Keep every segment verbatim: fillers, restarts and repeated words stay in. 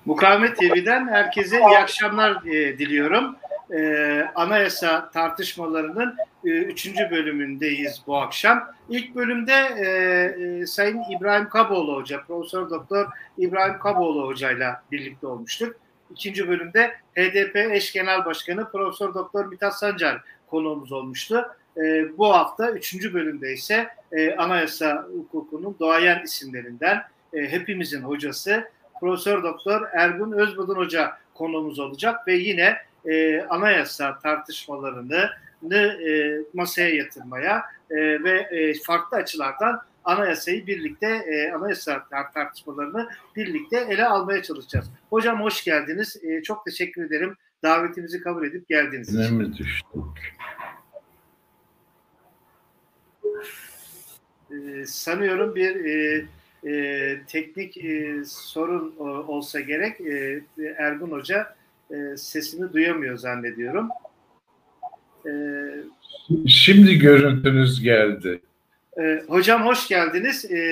Mukavemet T V'den herkese iyi akşamlar e, diliyorum. E, anayasa tartışmalarının e, üçüncü bölümündeyiz bu akşam. İlk bölümde e, e, Sayın İbrahim Kaboğlu Hoca, Profesör Doktor İbrahim Kaboğlu Hoca ile birlikte olmuştuk. İkinci bölümde H D P eş genel başkanı Profesör Doktor Mithat Sancar konuğumuz olmuştu. E, bu hafta üçüncü bölümde ise e, anayasa hukukunun doğayan isimlerinden e, hepimizin hocası Profesör Doktor Ergun Özbudun Hoca konuğumuz olacak ve yine e, anayasa tartışmalarını e, masaya yatırmaya e, ve e, farklı açılardan anayasayı birlikte e, anayasa tartışmalarını birlikte ele almaya çalışacağız. Hocam hoş geldiniz. E, çok teşekkür ederim. Davetimizi kabul edip geldiğiniz için. Ne mi düştük? E, sanıyorum bir e, e, teknik e, sorun o, olsa gerek. E, Ergun Hoca e, sesini duyamıyor zannediyorum. E, Şimdi görüntünüz geldi. E, hocam hoş geldiniz. E,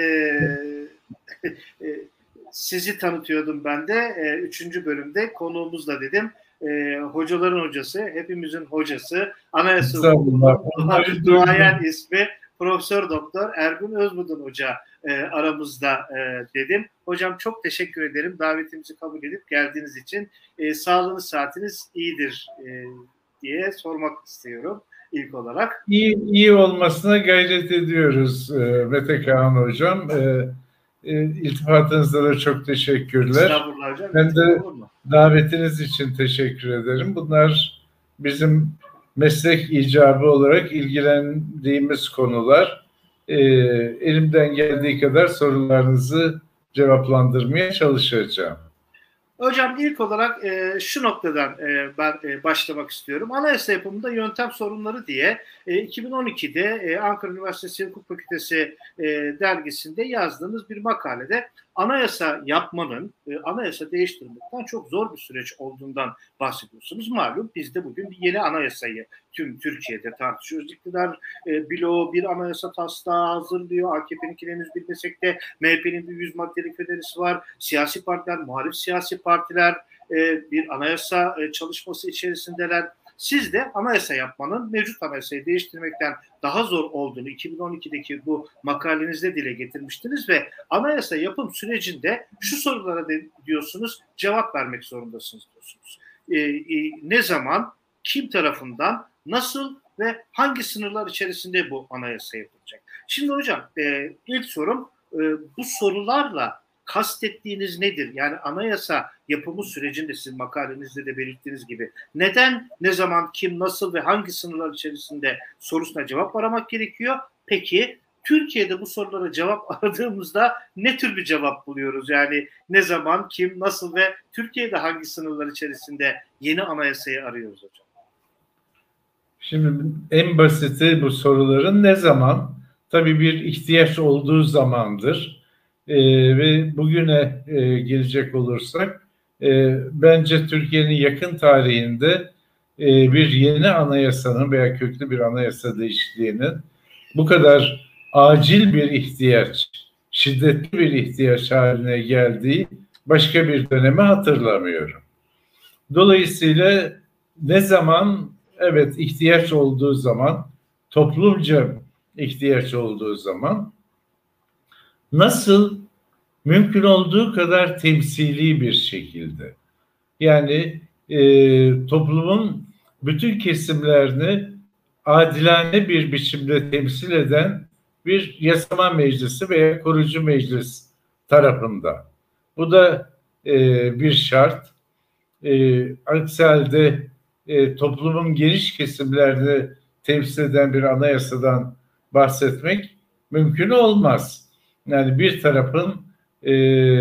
e, sizi tanıtıyordum ben de. E, üçüncü bölümde konuğumuzla dedim. E, hocaların hocası, hepimizin hocası, anayasa hukukunun duayen ismi Profesör Doktor Ergun Özbudun Hoca e, aramızda e, dedim. Hocam çok teşekkür ederim davetimizi kabul edip geldiğiniz için. E, sağlığınız, saatiniz iyidir e, diye sormak istiyorum ilk olarak. İyi, iyi olmasına gayret ediyoruz e, Mete Kağan Hocam. E, e, iltifatınızda da çok teşekkürler. Estağfurullah hocam. Ben de davetiniz için teşekkür ederim. Bunlar bizim meslek icabı olarak ilgilendiğimiz konular. E, elimden geldiği kadar sorularınızı cevaplandırmaya çalışacağım. Hocam ilk olarak e, şu noktadan e, ben e, başlamak istiyorum. Anayasa yapımında yöntem sorunları diye e, iki bin on ikide e, Ankara Üniversitesi Hukuk Fakültesi e, dergisinde yazdığınız bir makalede anayasa yapmanın, e, anayasa değiştirmekten çok zor bir süreç olduğundan bahsediyorsunuz. Malum biz de bugün bir yeni anayasayı tüm Türkiye'de tartışıyoruz. İktidar e, bloğu bir anayasa taslağı hazırlıyor. A K P'ninkini henüz bilmesek de M H P'nin bir yüz maddelik önerisi var. Siyasi partiler, muhalif siyasi partiler e, bir anayasa e, çalışması içerisindeler. Siz de anayasa yapmanın mevcut anayasayı değiştirmekten daha zor olduğunu iki bin on ikideki bu makalenizde dile getirmiştiniz ve anayasa yapım sürecinde şu sorulara de, diyorsunuz cevap vermek zorundasınız diyorsunuz. E, e, ne zaman, kim tarafından, nasıl ve hangi sınırlar içerisinde bu anayasa yapılacak? Şimdi hocam e, ilk sorum e, bu sorularla kastettiğiniz nedir? Yani anayasa yapımı sürecinde sizin makalenizde de belirttiğiniz gibi neden, ne zaman, kim, nasıl ve hangi sınırlar içerisinde sorusuna cevap aramak gerekiyor? Peki Türkiye'de bu sorulara cevap aradığımızda ne tür bir cevap buluyoruz? Yani ne zaman, kim, nasıl ve Türkiye'de hangi sınırlar içerisinde yeni anayasayı arıyoruz hocam? Şimdi en basiti bu soruların ne zaman? Tabii bir ihtiyaç olduğu zamandır. Ee, ve bugüne e, gelecek olursak e, bence Türkiye'nin yakın tarihinde e, bir yeni anayasanın veya köklü bir anayasa değişikliğinin bu kadar acil bir ihtiyaç, şiddetli bir ihtiyaç haline geldiği başka bir dönemi hatırlamıyorum. Dolayısıyla ne zaman, evet ihtiyaç olduğu zaman, toplumca ihtiyaç olduğu zaman, nasıl mümkün olduğu kadar temsili bir şekilde, yani e, toplumun bütün kesimlerini adilane bir biçimde temsil eden bir yasama meclisi veya kurucu meclis tarafında. Bu da e, bir şart. E, aksi halde e, toplumun geniş kesimlerini temsil eden bir anayasadan bahsetmek mümkün olmaz. Yani bir tarafın e,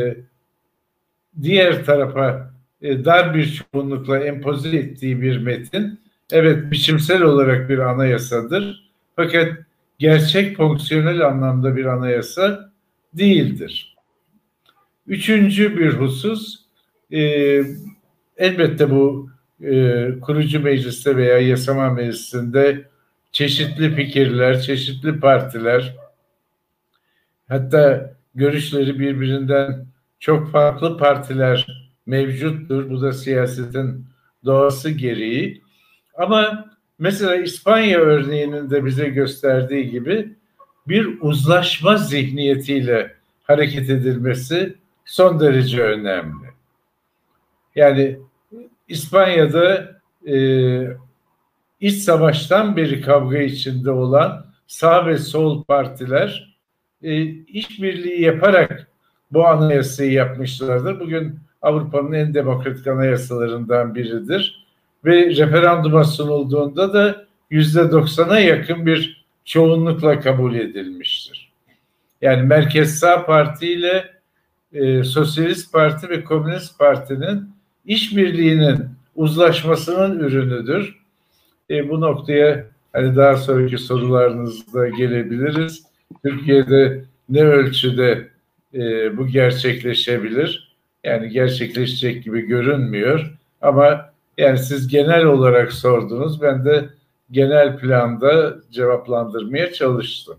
diğer tarafa e, dar bir çoğunlukla empoze ettiği bir metin, evet biçimsel olarak bir anayasadır. Fakat gerçek fonksiyonel anlamda bir anayasa değildir. Üçüncü bir husus, e, elbette bu e, kurucu mecliste veya yasama meclisinde çeşitli fikirler, çeşitli partiler, hatta görüşleri birbirinden çok farklı partiler mevcuttur. Bu da siyasetin doğası gereği. Ama mesela İspanya örneğinin de bize gösterdiği gibi bir uzlaşma zihniyetiyle hareket edilmesi son derece önemli. Yani İspanya'da e, iç savaştan beri kavga içinde olan sağ ve sol partiler e, işbirliği yaparak bu anayasayı yapmışlardır. Bugün Avrupa'nın en demokratik anayasalarından biridir. Ve referanduma sunulduğunda da yüzde doksana yakın bir çoğunlukla kabul edilmiştir. Yani Merkez Sağ Parti ile e, Sosyalist Parti ve Komünist Parti'nin işbirliğinin uzlaşmasının ürünüdür. E, bu noktaya hani daha sonraki sorularınızda gelebiliriz. Türkiye'de ne ölçüde e, bu gerçekleşebilir? Yani gerçekleşecek gibi görünmüyor. Ama yani siz genel olarak sordunuz. Ben de genel planda cevaplandırmaya çalıştım.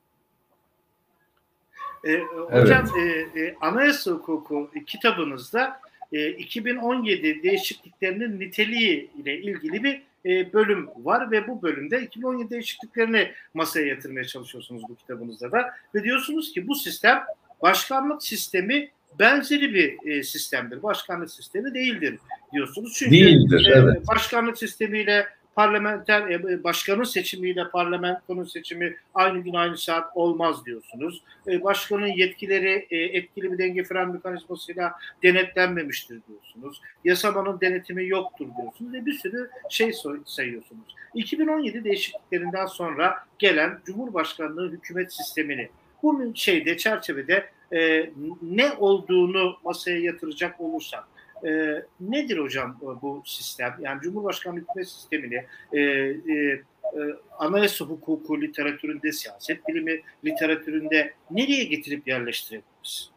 E, hocam evet. e, e, Anayasa Hukuku kitabınızda e, iki bin on yedi değişikliklerinin niteliği ile ilgili bir e, bölüm var ve bu bölümde iki bin on yedi değişikliklerini masaya yatırmaya çalışıyorsunuz bu kitabınızda da ve diyorsunuz ki bu sistem başkanlık sistemi benzeri bir e, sistemdir. Başkanlık sistemi değildir diyorsunuz. Çünkü değildir, e, evet. başkanlık sistemiyle parlamenter e, başkanın seçimiyle parlamentonun seçimi aynı gün aynı saat olmaz diyorsunuz. E, başkanın yetkileri e, etkili bir denge fren mekanizmasıyla denetlenmemiştir diyorsunuz. Yasamanın denetimi yoktur diyorsunuz ve bir sürü şey sayıyorsunuz. iki bin on yedi değişikliklerinden sonra gelen Cumhurbaşkanlığı hükümet sistemini bu şeyde çerçevede e, ne olduğunu masaya yatıracak olursak e, nedir hocam bu sistem? Yani Cumhurbaşkanlığı hükümet sistemini e, e, e, anayasa hukuku literatüründe, siyaset bilimi literatüründe nereye getirip yerleştirebiliriz?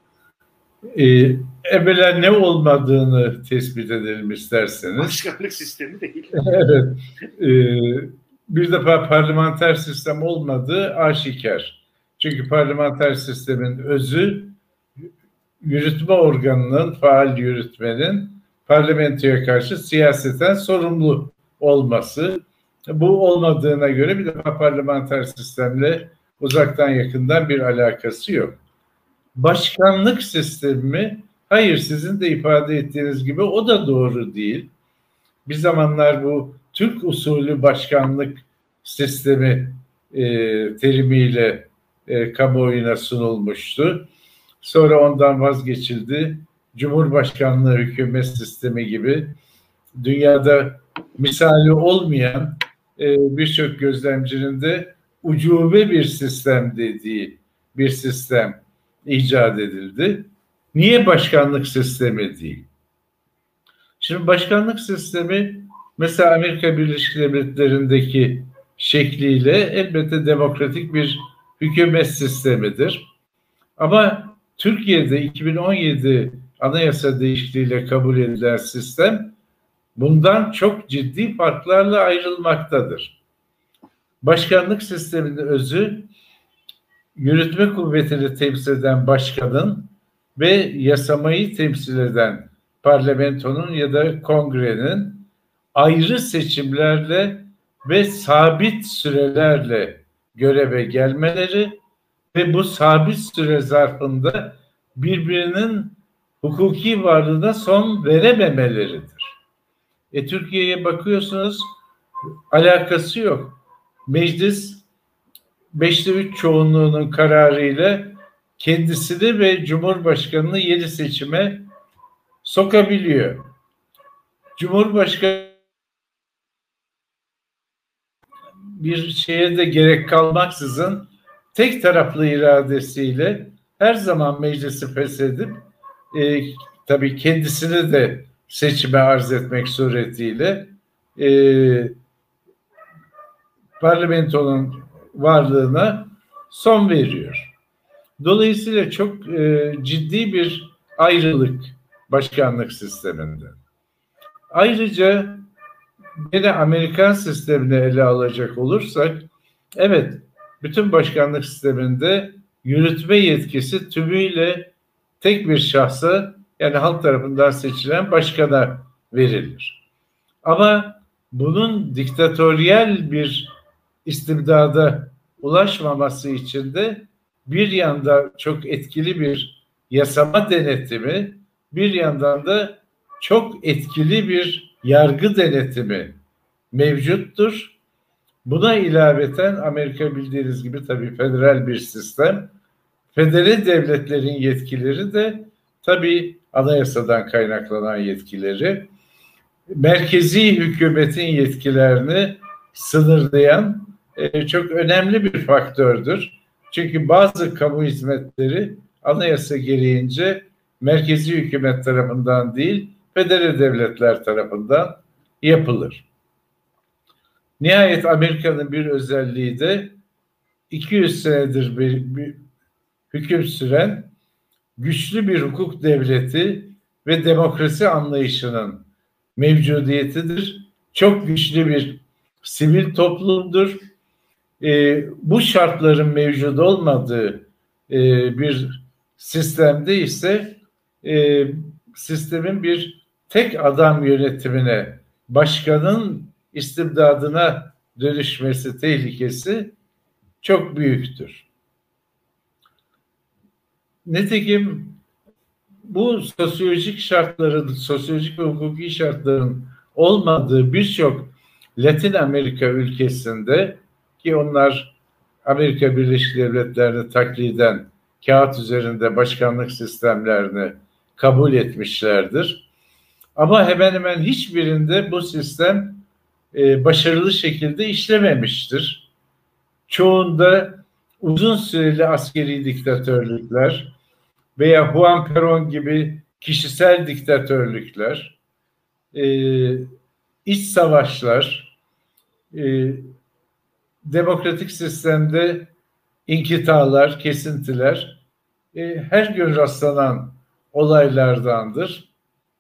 Ee, evvela ne olmadığını tespit edelim isterseniz. Başkanlık sistemi değil. Evet. Ee, bir defa parlamenter sistem olmadığı aşikar. Çünkü parlamenter sistemin özü yürütme organının, faal yürütmenin parlamentoya karşı siyaseten sorumlu olması. Bu olmadığına göre bir defa parlamenter sistemle uzaktan yakından bir alakası yok. Başkanlık sistemi, hayır sizin de ifade ettiğiniz gibi o da doğru değil. Bir zamanlar bu Türk usulü başkanlık sistemi e, terimiyle e, kamuoyuna sunulmuştu. Sonra ondan vazgeçildi. Cumhurbaşkanlığı hükümet sistemi gibi dünyada misali olmayan e, birçok gözlemcinin de ucube bir sistem dediği bir sistem icat edildi. Niye başkanlık sistemi değil? Şimdi başkanlık sistemi mesela Amerika Birleşik Devletleri'ndeki şekliyle elbette demokratik bir hükümet sistemidir. Ama Türkiye'de iki bin on yedi anayasa değişikliğiyle kabul edilen sistem bundan çok ciddi farklarla ayrılmaktadır. Başkanlık sisteminin özü yürütme kuvvetini temsil eden başkanın ve yasamayı temsil eden parlamentonun ya da kongrenin ayrı seçimlerle ve sabit sürelerle göreve gelmeleri ve bu sabit süre zarfında birbirinin hukuki varlığına son verememeleridir. E Türkiye'ye bakıyorsunuz alakası yok. Meclis beşte üç çoğunluğunun kararıyla kendisini ve Cumhurbaşkanı'nı yeni seçime sokabiliyor. Cumhurbaşkanı bir şeye de gerek kalmaksızın tek taraflı iradesiyle her zaman meclisi feshedip e, tabii kendisini de seçime arz etmek suretiyle e, parlamentonun varlığına son veriyor. Dolayısıyla çok e, ciddi bir ayrılık başkanlık sisteminde. Ayrıca yine Amerikan sistemini ele alacak olursak, evet bütün başkanlık sisteminde yürütme yetkisi tümüyle tek bir şahsa Yani halk tarafından seçilen başkana verilir. Ama bunun diktatöryel bir istibdada ulaşmaması için de bir yanda çok etkili bir yasama denetimi, bir yandan da çok etkili bir yargı denetimi mevcuttur. Buna ilaveten Amerika bildiğiniz gibi tabii federal bir sistem. Federal devletlerin yetkileri de tabii anayasadan kaynaklanan yetkileri, merkezi hükümetin yetkilerini sınırlayan e, çok önemli bir faktördür. Çünkü bazı kamu hizmetleri anayasa gereğince merkezi hükümet tarafından değil, federal devletler tarafından yapılır. Nihayet Amerika'nın bir özelliği de iki yüz senedir bir, bir hüküm süren güçlü bir hukuk devleti ve demokrasi anlayışının mevcudiyetidir. Çok güçlü bir sivil toplumdur. E, bu şartların mevcut olmadığı e, bir sistemde ise e, sistemin bir tek adam yönetimine, başkanın istibdadına dönüşmesi tehlikesi çok büyüktür. Nitekim bu sosyolojik şartların, sosyolojik ve hukuki şartların olmadığı birçok Latin Amerika ülkesinde, ki onlar Amerika Birleşik Devletleri'ni takliden kağıt üzerinde başkanlık sistemlerini kabul etmişlerdir. Ama hemen hemen hiçbirinde bu sistem e, başarılı şekilde işlememiştir. Çoğunda uzun süreli askeri diktatörlükler veya Juan Perón gibi kişisel diktatörlükler, e, iç savaşlar, e, demokratik sistemde inkitalar, kesintiler e, her gün rastlanan olaylardandır.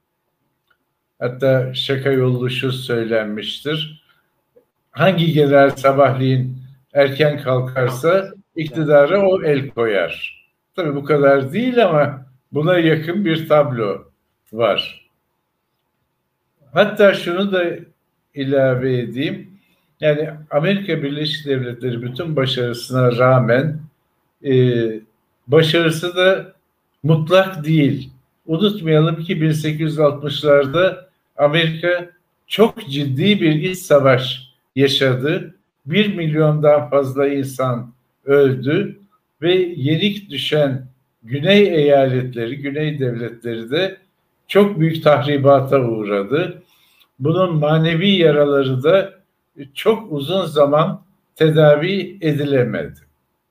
Hatta şaka yollu şu söylenmiştir: hangi general sabahleyin erken kalkarsa iktidara o el koyar. Tabii bu kadar değil ama buna yakın bir tablo var. Hatta şunu da ilave edeyim. Yani Amerika Birleşik Devletleri bütün başarısına rağmen e, başarısı da mutlak değil. Unutmayalım ki bin sekiz yüz altmışlarda Amerika çok ciddi bir iç savaş yaşadı. Bir milyondan fazla insan öldü ve yenik düşen güney eyaletleri, güney devletleri de çok büyük tahribata uğradı. Bunun manevi yaraları da çok uzun zaman tedavi edilemedi.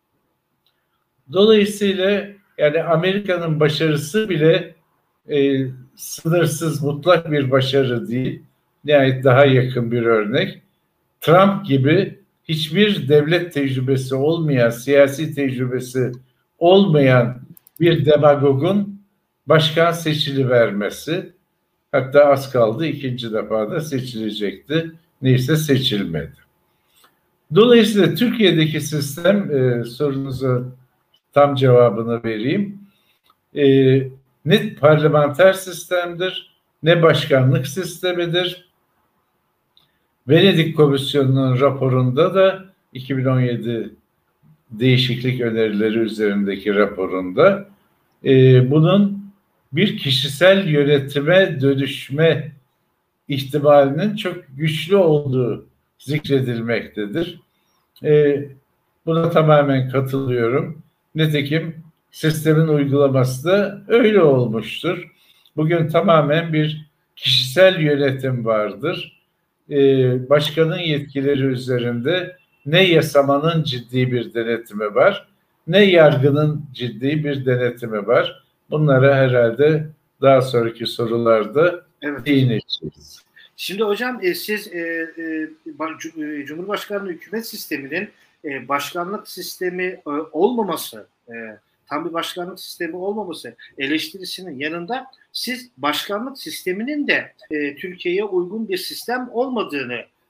Dolayısıyla yani Amerika'nın başarısı bile e, sınırsız, mutlak bir başarı değil. Nihayet daha yakın bir örnek. Trump gibi hiçbir devlet tecrübesi olmayan, siyasi tecrübesi olmayan bir demagogun başkan seçilivermesi, hatta az kaldı ikinci defa da seçilecekti. Neyse seçilmedi. Dolayısıyla Türkiye'deki sistem, e, sorunuza tam cevabını vereyim, e, ne parlamenter sistemdir, ne başkanlık sistemidir. Venedik Komisyonu'nun raporunda da iki bin on yedi değişiklik önerileri üzerindeki raporunda e, bunun bir kişisel yönetime dönüşme ihtimalinin çok güçlü olduğu zikredilmektedir. E, buna tamamen katılıyorum. Nitekim sistemin uygulaması da öyle olmuştur. Bugün tamamen bir kişisel yönetim vardır. Ee, başkanın yetkileri üzerinde ne yasamanın ciddi bir denetimi var, ne yargının ciddi bir denetimi var. Bunlara herhalde daha sonraki sorularda evet değineceğiz. Şimdi hocam e, siz e, e, Cumhurbaşkanlığı hükümet sisteminin e, başkanlık sistemi e, olmaması, e, tam bir başkanlık sistemi olmaması eleştirisinin yanında siz başkanlık sisteminin de e, Türkiye'ye uygun bir sistem olmadığını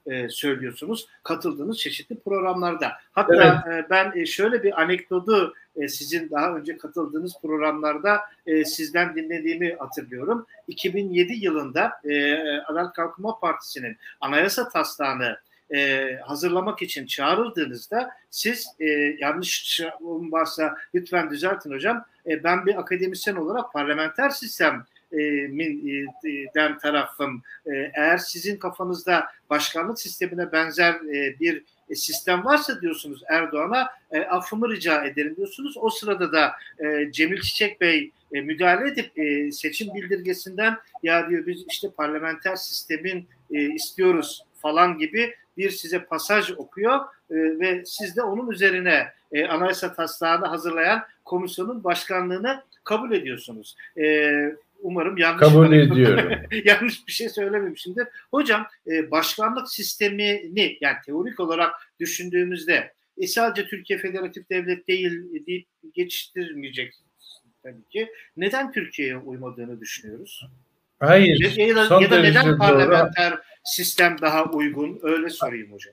e, söylüyorsunuz katıldığınız çeşitli programlarda. Hatta evet. e, ben e, şöyle bir anekdotu e, sizin daha önce katıldığınız programlarda e, sizden dinlediğimi hatırlıyorum. iki bin yedi yılında e, Adalet Kalkınma Partisi'nin anayasa taslağını e, hazırlamak için çağrıldığınızda siz e, yanlış varsa lütfen düzeltin hocam. E, ben bir akademisyen olarak parlamenter sistem den tarafım. Eğer sizin kafanızda başkanlık sistemine benzer bir sistem varsa diyorsunuz Erdoğan'a affımı rica ederim diyorsunuz. O sırada da Cemil Çiçek Bey müdahale edip seçim bildirgesinden ya diyor biz işte parlamenter sistemin istiyoruz falan gibi bir size pasaj okuyor ve siz de onun üzerine anayasa taslağını hazırlayan komisyonun başkanlığını kabul ediyorsunuz. Umarım yanlış kabul ediyorum. yanlış bir şey söylememişimdir. Hocam başkanlık sistemini yani teorik olarak düşündüğümüzde e, sadece Türkiye Federatif Devlet değil deyip geçiştirmeyecek tabii ki. Neden Türkiye'ye uymadığını düşünüyoruz? Hayır. Ya, ya da, ya da neden parlamenter doğru. sistem daha uygun? Öyle sorayım hocam.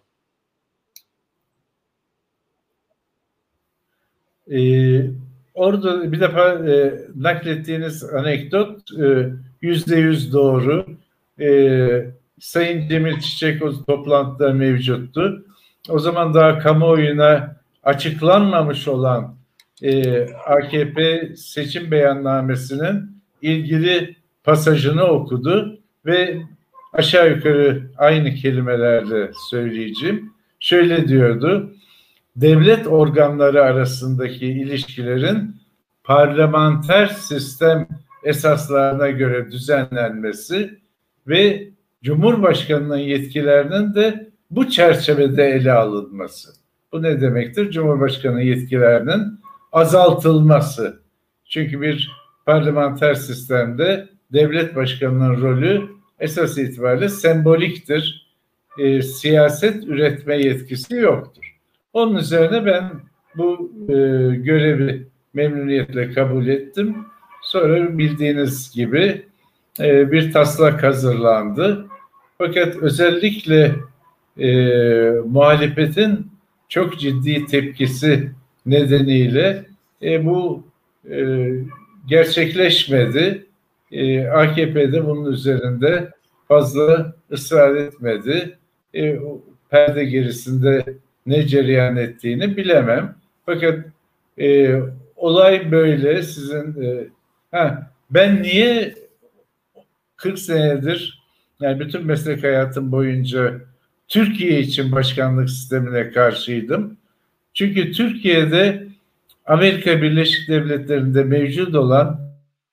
Ee, orada bir defa e, naklettiğiniz anekdot yüzde yüz doğru. E, Sayın Cemil Çiçek o toplantıda mevcuttu. O zaman daha kamuoyuna açıklanmamış olan e, A K P seçim beyannamesinin ilgili pasajını okudu ve aşağı yukarı aynı kelimelerle söyleyeceğim. Şöyle diyordu: devlet organları arasındaki ilişkilerin parlamenter sistem esaslarına göre düzenlenmesi ve Cumhurbaşkanı'nın yetkilerinin de bu çerçevede ele alınması. Bu ne demektir? Cumhurbaşkanı yetkilerinin azaltılması. Çünkü bir parlamenter sistemde devlet başkanının rolü esas itibariyle semboliktir. E, siyaset üretme yetkisi yoktur. Onun üzerine ben bu e, görevi memnuniyetle kabul ettim. Sonra bildiğiniz gibi e, bir taslak hazırlandı. Fakat özellikle e, muhalefetin çok ciddi tepkisi nedeniyle e, bu e, gerçekleşmedi. E, A K P'de bunun üzerinde fazla ısrar etmedi. E, perde gerisinde ne cereyan ettiğini bilemem. Fakat e, olay böyle. Sizin e, ha, ben niye kırk senedir yani bütün meslek hayatım boyunca Türkiye için başkanlık sistemine karşıydım. Çünkü Türkiye'de Amerika Birleşik Devletleri'nde mevcut olan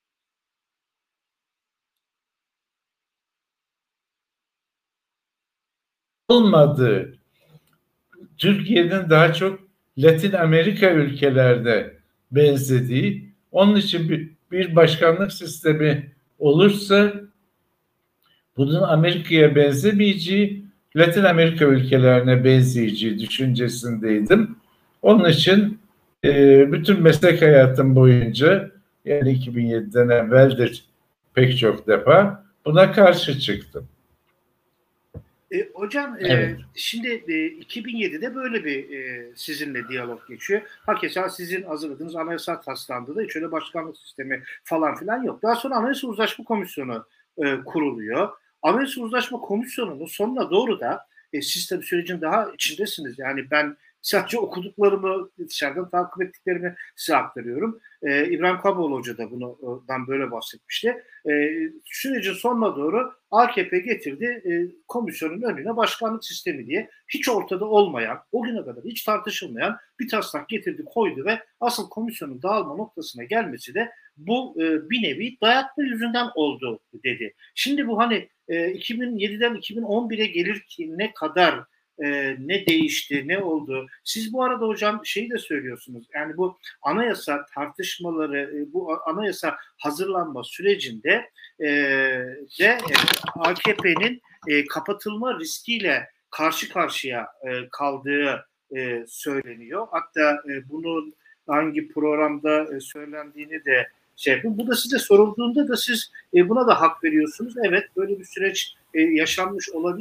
olmadığı, Türkiye'nin daha çok Latin Amerika ülkelerde benzediği, onun için bir, bir başkanlık sistemi olursa bunun Amerika'ya benzemeyeceği, Latin Amerika ülkelerine benzeyeceği düşüncesindeydim. Onun için e, bütün meslek hayatım boyunca, yani iki bin yediden evveldir pek çok defa buna karşı çıktım. E, hocam evet. e, şimdi e, iki bin yedide böyle bir e, sizinle diyalog geçiyor. Hakeza sizin hazırladığınız anayasa taslağında da hiç öyle başkanlık sistemi falan filan yok. Daha sonra Anayasa Uzlaşma Komisyonu e, kuruluyor. Anayasa Uzlaşma Komisyonu'nun sonuna doğru da e, siz tabii sürecin daha içindesiniz. Yani ben sadece okuduklarımı, dışarıdan takip ettiklerimi size aktarıyorum. Ee, İbrahim Kaboğlu Hoca da bundan böyle bahsetmişti. Ee, sürecin sonuna doğru A K P getirdi e, komisyonun önüne başkanlık sistemi diye hiç ortada olmayan, o güne kadar hiç tartışılmayan bir taslak getirdi, koydu ve asıl komisyonun dağılma noktasına gelmesi de bu e, bir nevi dayatma yüzünden oldu dedi. Şimdi bu hani e, iki bin yediden iki bin on bire gelirken kadar Ee, ne değişti, ne oldu? Siz bu arada hocam şeyi de söylüyorsunuz. Yani bu anayasa tartışmaları, bu anayasa hazırlanma sürecinde e, de e, A K P'nin e, kapatılma riskiyle karşı karşıya e, kaldığı e, söyleniyor. Hatta e, bunun hangi programda e, söylendiğini de şey yapın. Bu da size sorulduğunda da siz e, buna da hak veriyorsunuz. Evet, böyle bir süreç e, yaşanmış olabilir.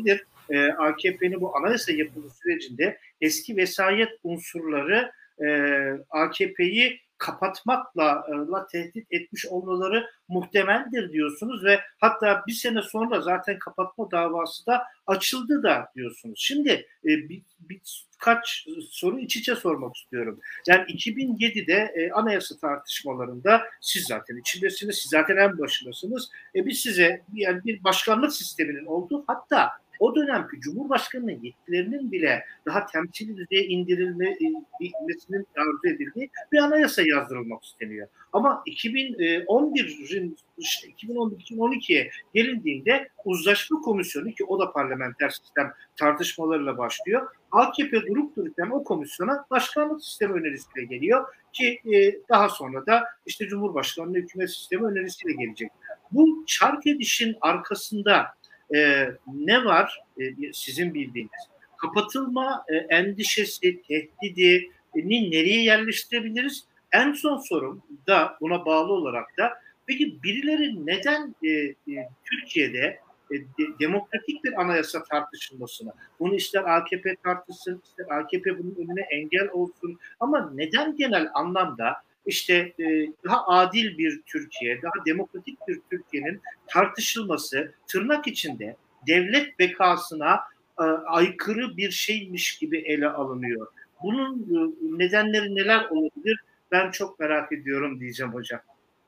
e, A K P'nin bu anayasa yapımı sürecinde eski vesayet unsurları e, A K P'yi kapatmakla e, tehdit etmiş olmaları muhtemeldir diyorsunuz ve hatta bir sene sonra zaten kapatma davası da açıldı da diyorsunuz. Şimdi e, bir, birkaç soru iç içe sormak istiyorum. Yani iki bin yedide e, anayasa tartışmalarında siz zaten içindesiniz, siz zaten en başındasınız. E, biz size yani bir başkanlık sisteminin olduğu, hatta o dönemki Cumhurbaşkanı'nın yetkilerinin bile daha temsili düzeye indirilmesinin arzu edildiği bir anayasa yazdırılmak isteniyor. Ama iki bin on birin işte iki bin on bir iki bin on ikiye gelindiğinde Uzlaşma Komisyonu, ki o da parlamenter sistem tartışmalarıyla başlıyor. A K P durup dururken o komisyona başkanlık sistemi önerisiyle geliyor ki e, daha sonra da işte Cumhurbaşkanlığı hükümet sistemi önerisiyle gelecek. Bu çark edişin arkasında e, ne var e, sizin bildiğiniz? Kapatılma e, endişesi, tehdidini nereye yerleştirebiliriz? En son sorum da buna bağlı olarak da, peki birileri neden e, e, Türkiye'de e, de, demokratik bir anayasa tartışılmasına, bunu ister A K P tartışsın, ister A K P bunun önüne engel olsun, ama neden genel anlamda işte e, daha adil bir Türkiye, daha demokratik bir Türkiye'nin tartışılması tırnak içinde devlet bekasına e, aykırı bir şeymiş gibi ele alınıyor? Bunun e, nedenleri neler olabilir? Ben çok merak ediyorum diyeceğim hocam.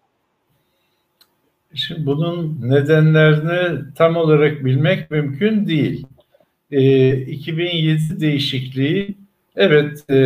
Şimdi bunun nedenlerini tam olarak bilmek mümkün değil. E, iki bin yedi değişikliği, evet, e,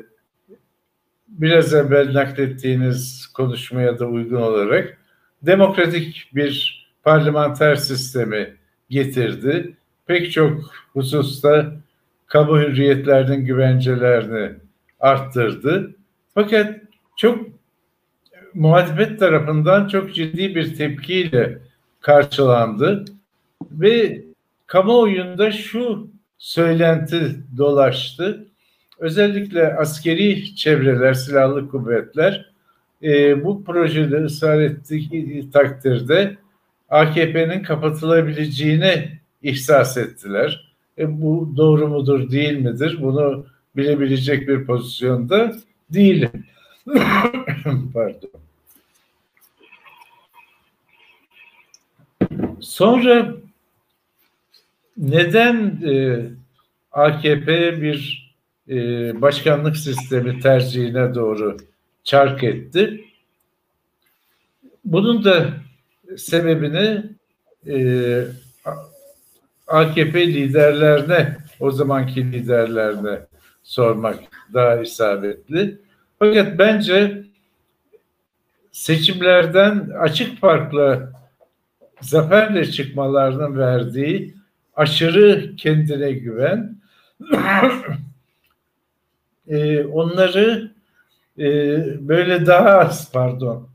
biraz evvel naklettiğiniz konuşmaya da uygun olarak demokratik bir parlamenter sistemi getirdi. Pek çok hususta kamu hürriyetlerinin güvencelerini arttırdı. Fakat çok muhalefet tarafından çok ciddi bir tepkiyle karşılandı ve kamuoyunda şu söylenti dolaştı. Özellikle askeri çevreler, silahlı kuvvetler e, bu projede ısrar ettiği takdirde A K P'nin kapatılabileceğini ihsas ettiler. E, bu doğru mudur, değil midir? Bunu bilebilecek bir pozisyonda değilim. Pardon. Sonra neden e, A K P bir e, başkanlık sistemi tercihine doğru çark etti? Bunun da sebebini e, A K P liderlerine, o zamanki liderlerine sormak daha isabetli. Fakat bence seçimlerden açık farkla zaferle çıkmalarının verdiği aşırı kendine güven e, onları e, böyle daha az, pardon,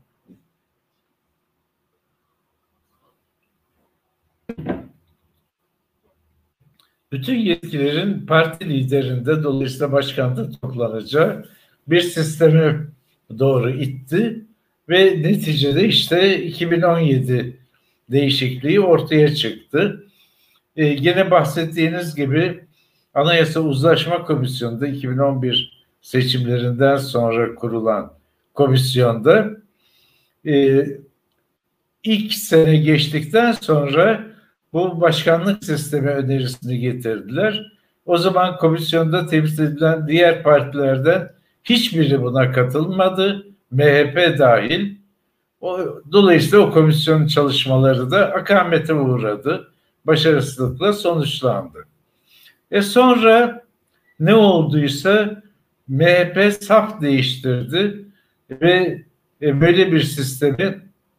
bütün yetkilerin parti liderinde, dolayısıyla başkanda toplanacağı bir sisteme doğru itti ve neticede işte iki bin on yedi değişikliği ortaya çıktı. Ee, gene bahsettiğiniz gibi Anayasa Uzlaşma Komisyonu'nda iki bin on bir seçimlerinden sonra kurulan komisyonda e, ilk sene geçtikten sonra bu başkanlık sistemi önerisini getirdiler. O zaman komisyonda temsil edilen diğer partilerden hiçbiri buna katılmadı. M H P dahil. O, dolayısıyla o komisyonun çalışmaları da akamete uğradı. Başarısızlıkla sonuçlandı. E sonra ne olduysa M H P saf değiştirdi ve e, böyle bir sistemi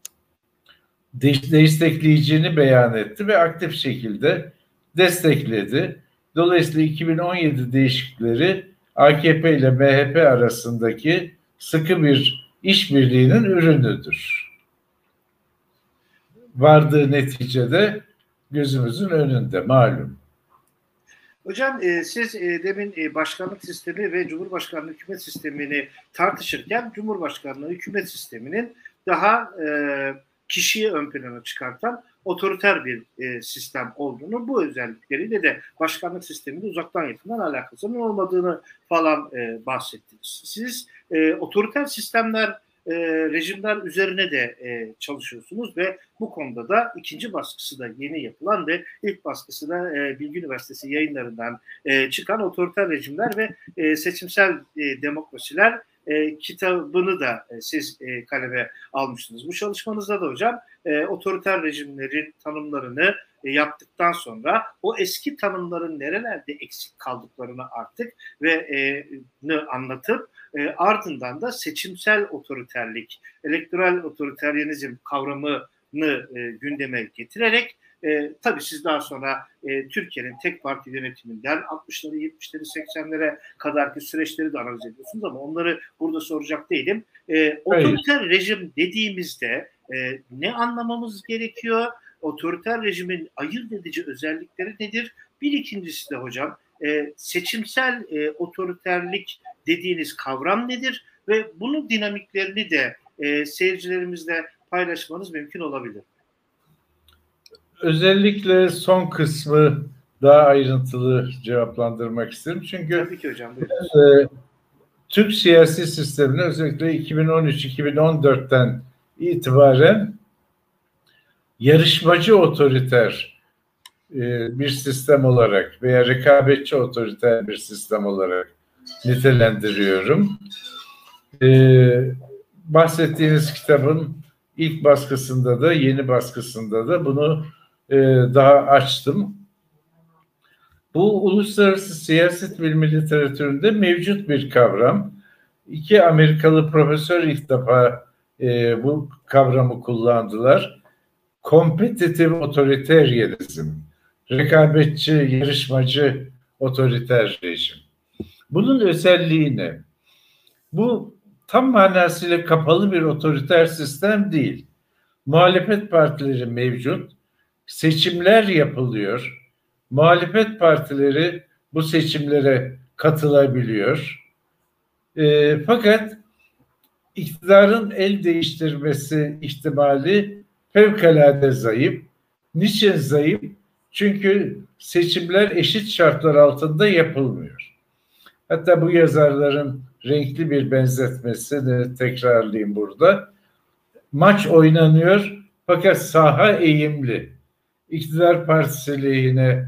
destekleyeceğini beyan etti ve aktif şekilde destekledi. Dolayısıyla iki bin on yedi değişiklikleri A K P ile M H P arasındaki sıkı bir işbirliğinin ürünüdür. Vardığı neticede gözümüzün önünde, malum. Hocam e, siz e, demin e, başkanlık sistemi ve Cumhurbaşkanlığı hükümet sistemini tartışırken Cumhurbaşkanlığı hükümet sisteminin daha e, kişiyi ön plana çıkartan otoriter bir e, sistem olduğunu, bu özellikleriyle de başkanlık sisteminde uzaktan yakından alakasının olmadığını falan e, bahsettiniz. Siz e, otoriter sistemler, e, rejimler üzerine de e, çalışıyorsunuz ve bu konuda da ikinci baskısı da yeni yapılan ve ilk baskısı da e, Bilgi Üniversitesi yayınlarından e, çıkan Otoriter Rejimler ve e, Seçimsel e, Demokrasiler e, kitabını da e, siz e, kaleme almıştınız. Bu çalışmanızda da hocam e, otoriter rejimlerin tanımlarını e, yaptıktan sonra o eski tanımların nerelerde eksik kaldıklarını artık ve e, ne anlatıp e, ardından da seçimsel otoriterlik, elektoral otoriteryenizm kavramını e, gündeme getirerek E, tabii siz daha sonra e, Türkiye'nin tek parti yönetiminden altmışları, yetmişleri, seksenlere kadarki süreçleri de analiz ediyorsunuz ama onları burada soracak değilim. E, otoriter rejim dediğimizde e, ne anlamamız gerekiyor? Otoriter rejimin ayırt edici özellikleri nedir? Bir ikincisi de hocam e, seçimsel e, otoriterlik dediğiniz kavram nedir? Ve bunun dinamiklerini de e, seyircilerimizle paylaşmanız mümkün olabilir. Özellikle son kısmı daha ayrıntılı cevaplandırmak isterim. Çünkü tabii ki hocam, e, Türk siyasi sistemine özellikle iki bin on üç iki bin on dörtten itibaren yarışmacı otoriter e, bir sistem olarak veya rekabetçi otoriter bir sistem olarak nitelendiriyorum. E, bahsettiğiniz kitabın ilk baskısında da yeni baskısında da bunu e, daha açtım. Bu uluslararası siyaset bilimi literatüründe mevcut bir kavram. İki Amerikalı profesör ilk defa e, bu kavramı kullandılar. Kompetitif otoriteryenizm, rekabetçi, yarışmacı otoriter rejim. Bunun özelliği ne? Bu tam manasıyla kapalı bir otoriter sistem değil. Muhalefet partileri mevcut, seçimler yapılıyor. Muhalefet partileri bu seçimlere katılabiliyor. E, fakat iktidarın el değiştirmesi ihtimali fevkalade zayıf. Niçin zayıf? Çünkü seçimler eşit şartlar altında yapılmıyor. Hatta bu yazarların renkli bir benzetmesini tekrarlayayım burada. Maç oynanıyor fakat saha eğimli. İktidar partisi lehine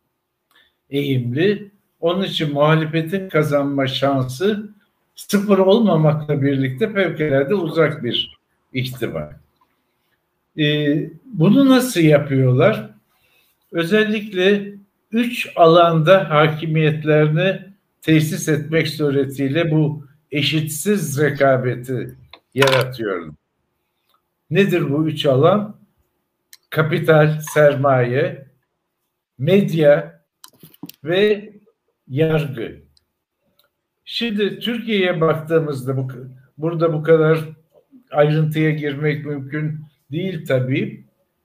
eğimli. Onun için muhalefetin kazanma şansı sıfır olmamakla birlikte fevkalade uzak bir ihtimal. Ee, bunu nasıl yapıyorlar? Özellikle üç alanda hakimiyetlerini tesis etmek suretiyle bu eşitsiz rekabeti yaratıyorlar. Nedir bu üç alan? Kapital, sermaye, medya ve yargı. Şimdi Türkiye'ye baktığımızda bu, burada bu kadar ayrıntıya girmek mümkün değil tabii.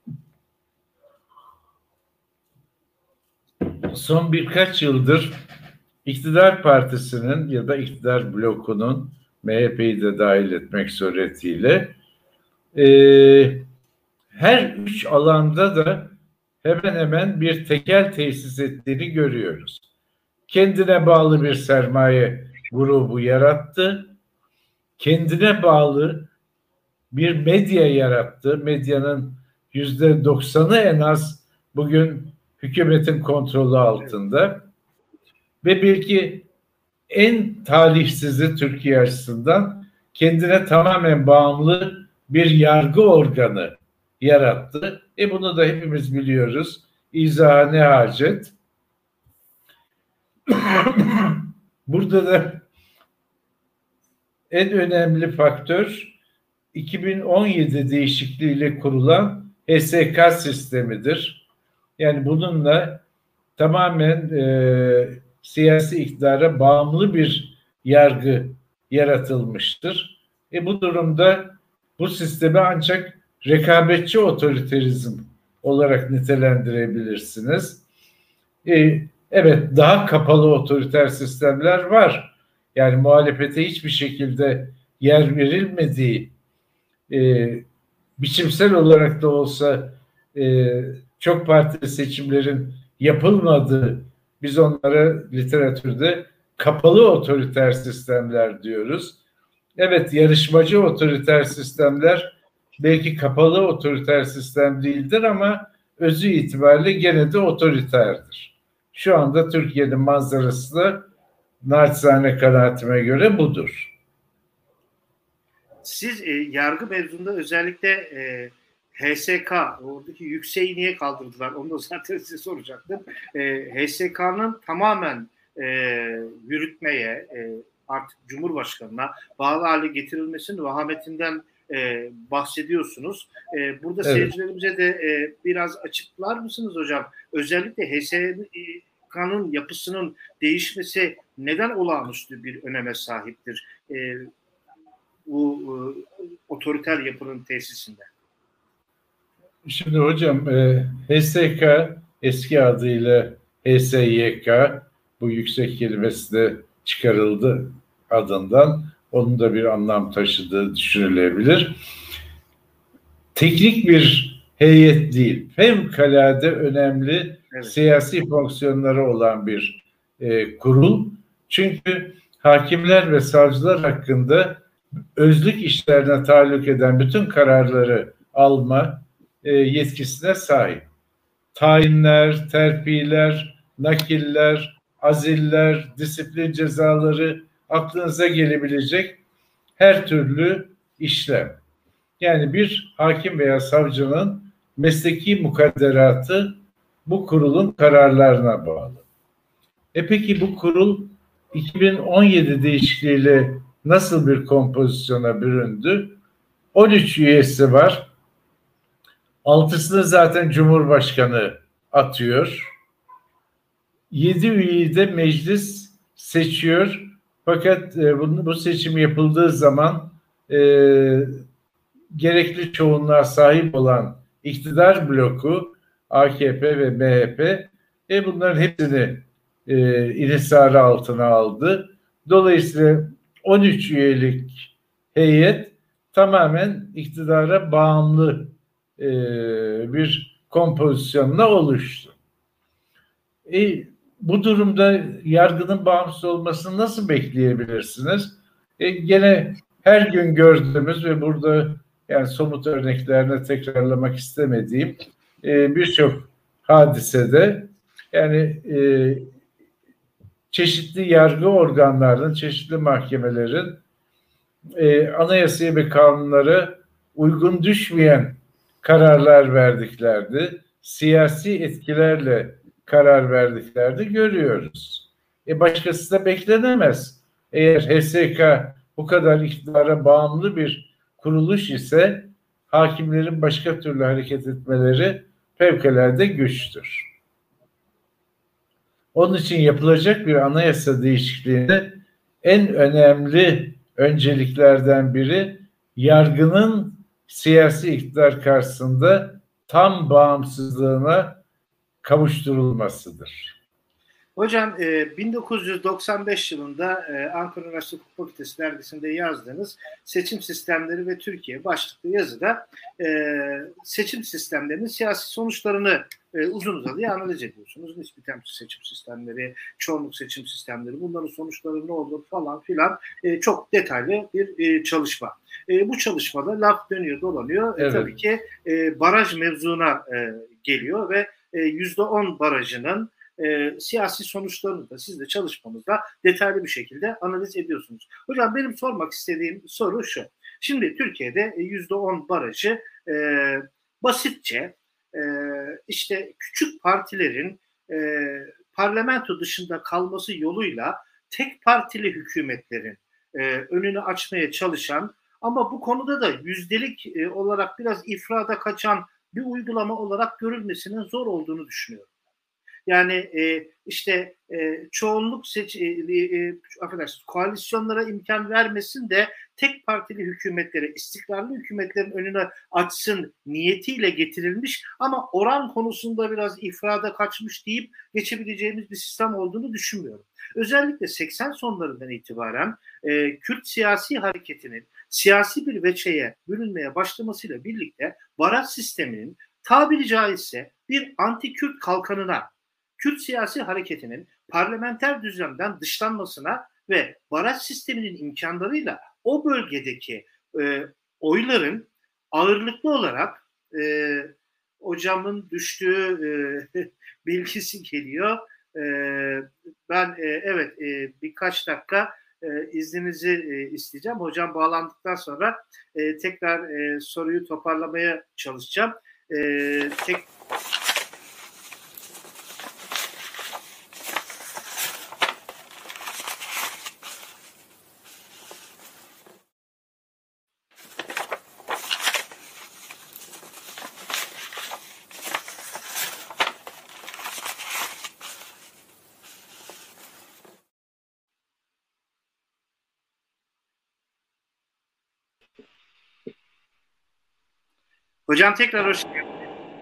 Son birkaç yıldır iktidar partisinin ya da iktidar blokunun, M H P'yi de dahil etmek suretiyle e, her üç alanda da hemen hemen bir tekel tesis ettiğini görüyoruz. Kendine bağlı bir sermaye grubu yarattı. Kendine bağlı bir medya yarattı. Medyanın yüzde doksanı en az bugün hükümetin kontrolü altında. Ve belki en talihsizi Türkiye açısından kendine tamamen bağımlı bir yargı organı yarattı. E bunu da hepimiz biliyoruz. İzaha ne hacet? Burada da en önemli faktör iki bin on yedi değişikliğiyle kurulan H S K sistemidir. Yani bununla tamamen e, siyasi iktidara bağımlı bir yargı yaratılmıştır. E bu durumda bu sistemi ancak rekabetçi otoriterizm olarak nitelendirebilirsiniz. E, evet, daha kapalı otoriter sistemler var. Yani muhalefete hiçbir şekilde yer verilmediği, e, biçimsel olarak da olsa e, çok partili seçimlerin yapılmadığı, biz onlara literatürde kapalı otoriter sistemler diyoruz. Evet, yarışmacı otoriter sistemler belki kapalı otoriter sistem değildir ama özü itibariyle gene de otoriterdir. Şu anda Türkiye'nin manzarası da naçizane kanaatime göre budur. Siz e, yargı mevzunda özellikle e, H S K, oradaki yükseği niye kaldırdılar? Onu da zaten size soracaktım. E, H S K'nın tamamen e, yürütmeye, e, artık Cumhurbaşkanı'na bağlı hale getirilmesinin vahametinden e, bahsediyorsunuz. E, burada evet, seyircilerimize de e, biraz açıklar mısınız hocam? Özellikle H S K'nın yapısının değişmesi neden olağanüstü bir öneme sahiptir? E, bu e, otoriter yapının tesisinde. Şimdi hocam e, H S K eski adıyla H S Y K, bu yüksek kelimesi de çıkarıldı adından. Onun da bir anlam taşıdığı düşünülebilir. Teknik bir heyet değil, fevkalade önemli evet, siyasi fonksiyonları olan bir e, kurul. Çünkü hakimler ve savcılar hakkında özlük işlerine tahallük eden bütün kararları alma e, yetkisine sahip. Tayinler, terfiler, nakiller, aziller, disiplin cezaları, aklınıza gelebilecek her türlü işlem. Yani bir hakim veya savcının mesleki mukadderatı bu kurulun kararlarına bağlı. E peki bu kurul iki bin on yedi değişikliğiyle nasıl bir kompozisyona büründü? on üç üyesi var. Altısını zaten Cumhurbaşkanı atıyor. yedi üyeyi de meclis seçiyor. Fakat e, bu, bu seçim yapıldığı zaman e, gerekli çoğunluğa sahip olan iktidar bloku A K P ve M H P e, bunların hepsini e, inhisarı altına aldı. Dolayısıyla on üç üyelik heyet tamamen iktidara bağımlı e, bir kompozisyonla oluştu. E, bu durumda yargının bağımsız olmasını nasıl bekleyebilirsiniz? E, gene her gün gördüğümüz ve burada yani somut örneklerini tekrarlamak istemediğim e, birçok hadisede yani e, çeşitli yargı organlarının, çeşitli mahkemelerin e, anayasaya ve kanunlara uygun düşmeyen kararlar verdiklerdi. Siyasi etkilerle karar verdiklerdi görüyoruz. E başkası da beklenemez. Eğer H S K bu kadar iktidara bağımlı bir kuruluş ise hakimlerin başka türlü hareket etmeleri fevkalade güçtür. Onun için yapılacak bir anayasa değişikliğinde en önemli önceliklerden biri yargının siyasi iktidar karşısında tam bağımsızlığına kavuşturulmasıdır. Hocam bin dokuz yüz doksan beş yılında Ankara Üniversitesi Hukuk Fakültesi dergisinde yazdığınız Seçim Sistemleri ve Türkiye başlıklı yazıda seçim sistemlerinin siyasi sonuçlarını uzun uzadıya analiz ediyorsunuz. Nispeten seçim sistemleri, çoğunluk seçim sistemleri, bunların sonuçları ne olur falan filan çok detaylı bir çalışma. Bu çalışmada laf dönüyor dolanıyor. Evet. Tabii ki baraj mevzuna geliyor ve yüzde on barajının E, siyasi sonuçlarını da siz de çalışmanızda detaylı bir şekilde analiz ediyorsunuz. Hocam benim sormak istediğim soru şu. Şimdi Türkiye'de yüzde on barajı e, basitçe e, işte küçük partilerin e, parlamento dışında kalması yoluyla tek partili hükümetlerin e, önünü açmaya çalışan ama bu konuda da yüzdelik e, olarak biraz ifrada kaçan bir uygulama olarak görülmesinin zor olduğunu düşünüyorum. Yani e, işte e, çoğunluk seç, e, e, affedersiniz, koalisyonlara imkan vermesin de tek partili hükümetlere, istikrarlı hükümetlerin önüne açsın niyetiyle getirilmiş ama oran konusunda biraz ifrada kaçmış deyip geçebileceğimiz bir sistem olduğunu düşünmüyorum. Özellikle seksen sonlarından itibaren e, Kürt siyasi hareketinin siyasi bir veçeye bürünmeye başlamasıyla birlikte baraj sisteminin tabiri caizse bir anti-Kürt kalkanına, Kürt siyasi hareketinin parlamenter düzlemden dışlanmasına ve baraj sisteminin imkanlarıyla o bölgedeki e, oyların ağırlıklı olarak e, hocamın düştüğü e, bilgisi geliyor. E, ben e, evet e, birkaç dakika e, izninizi e, isteyeceğim. Hocam bağlandıktan sonra e, tekrar e, soruyu toparlamaya çalışacağım. E, tek Hocam tekrar hoş geldiniz.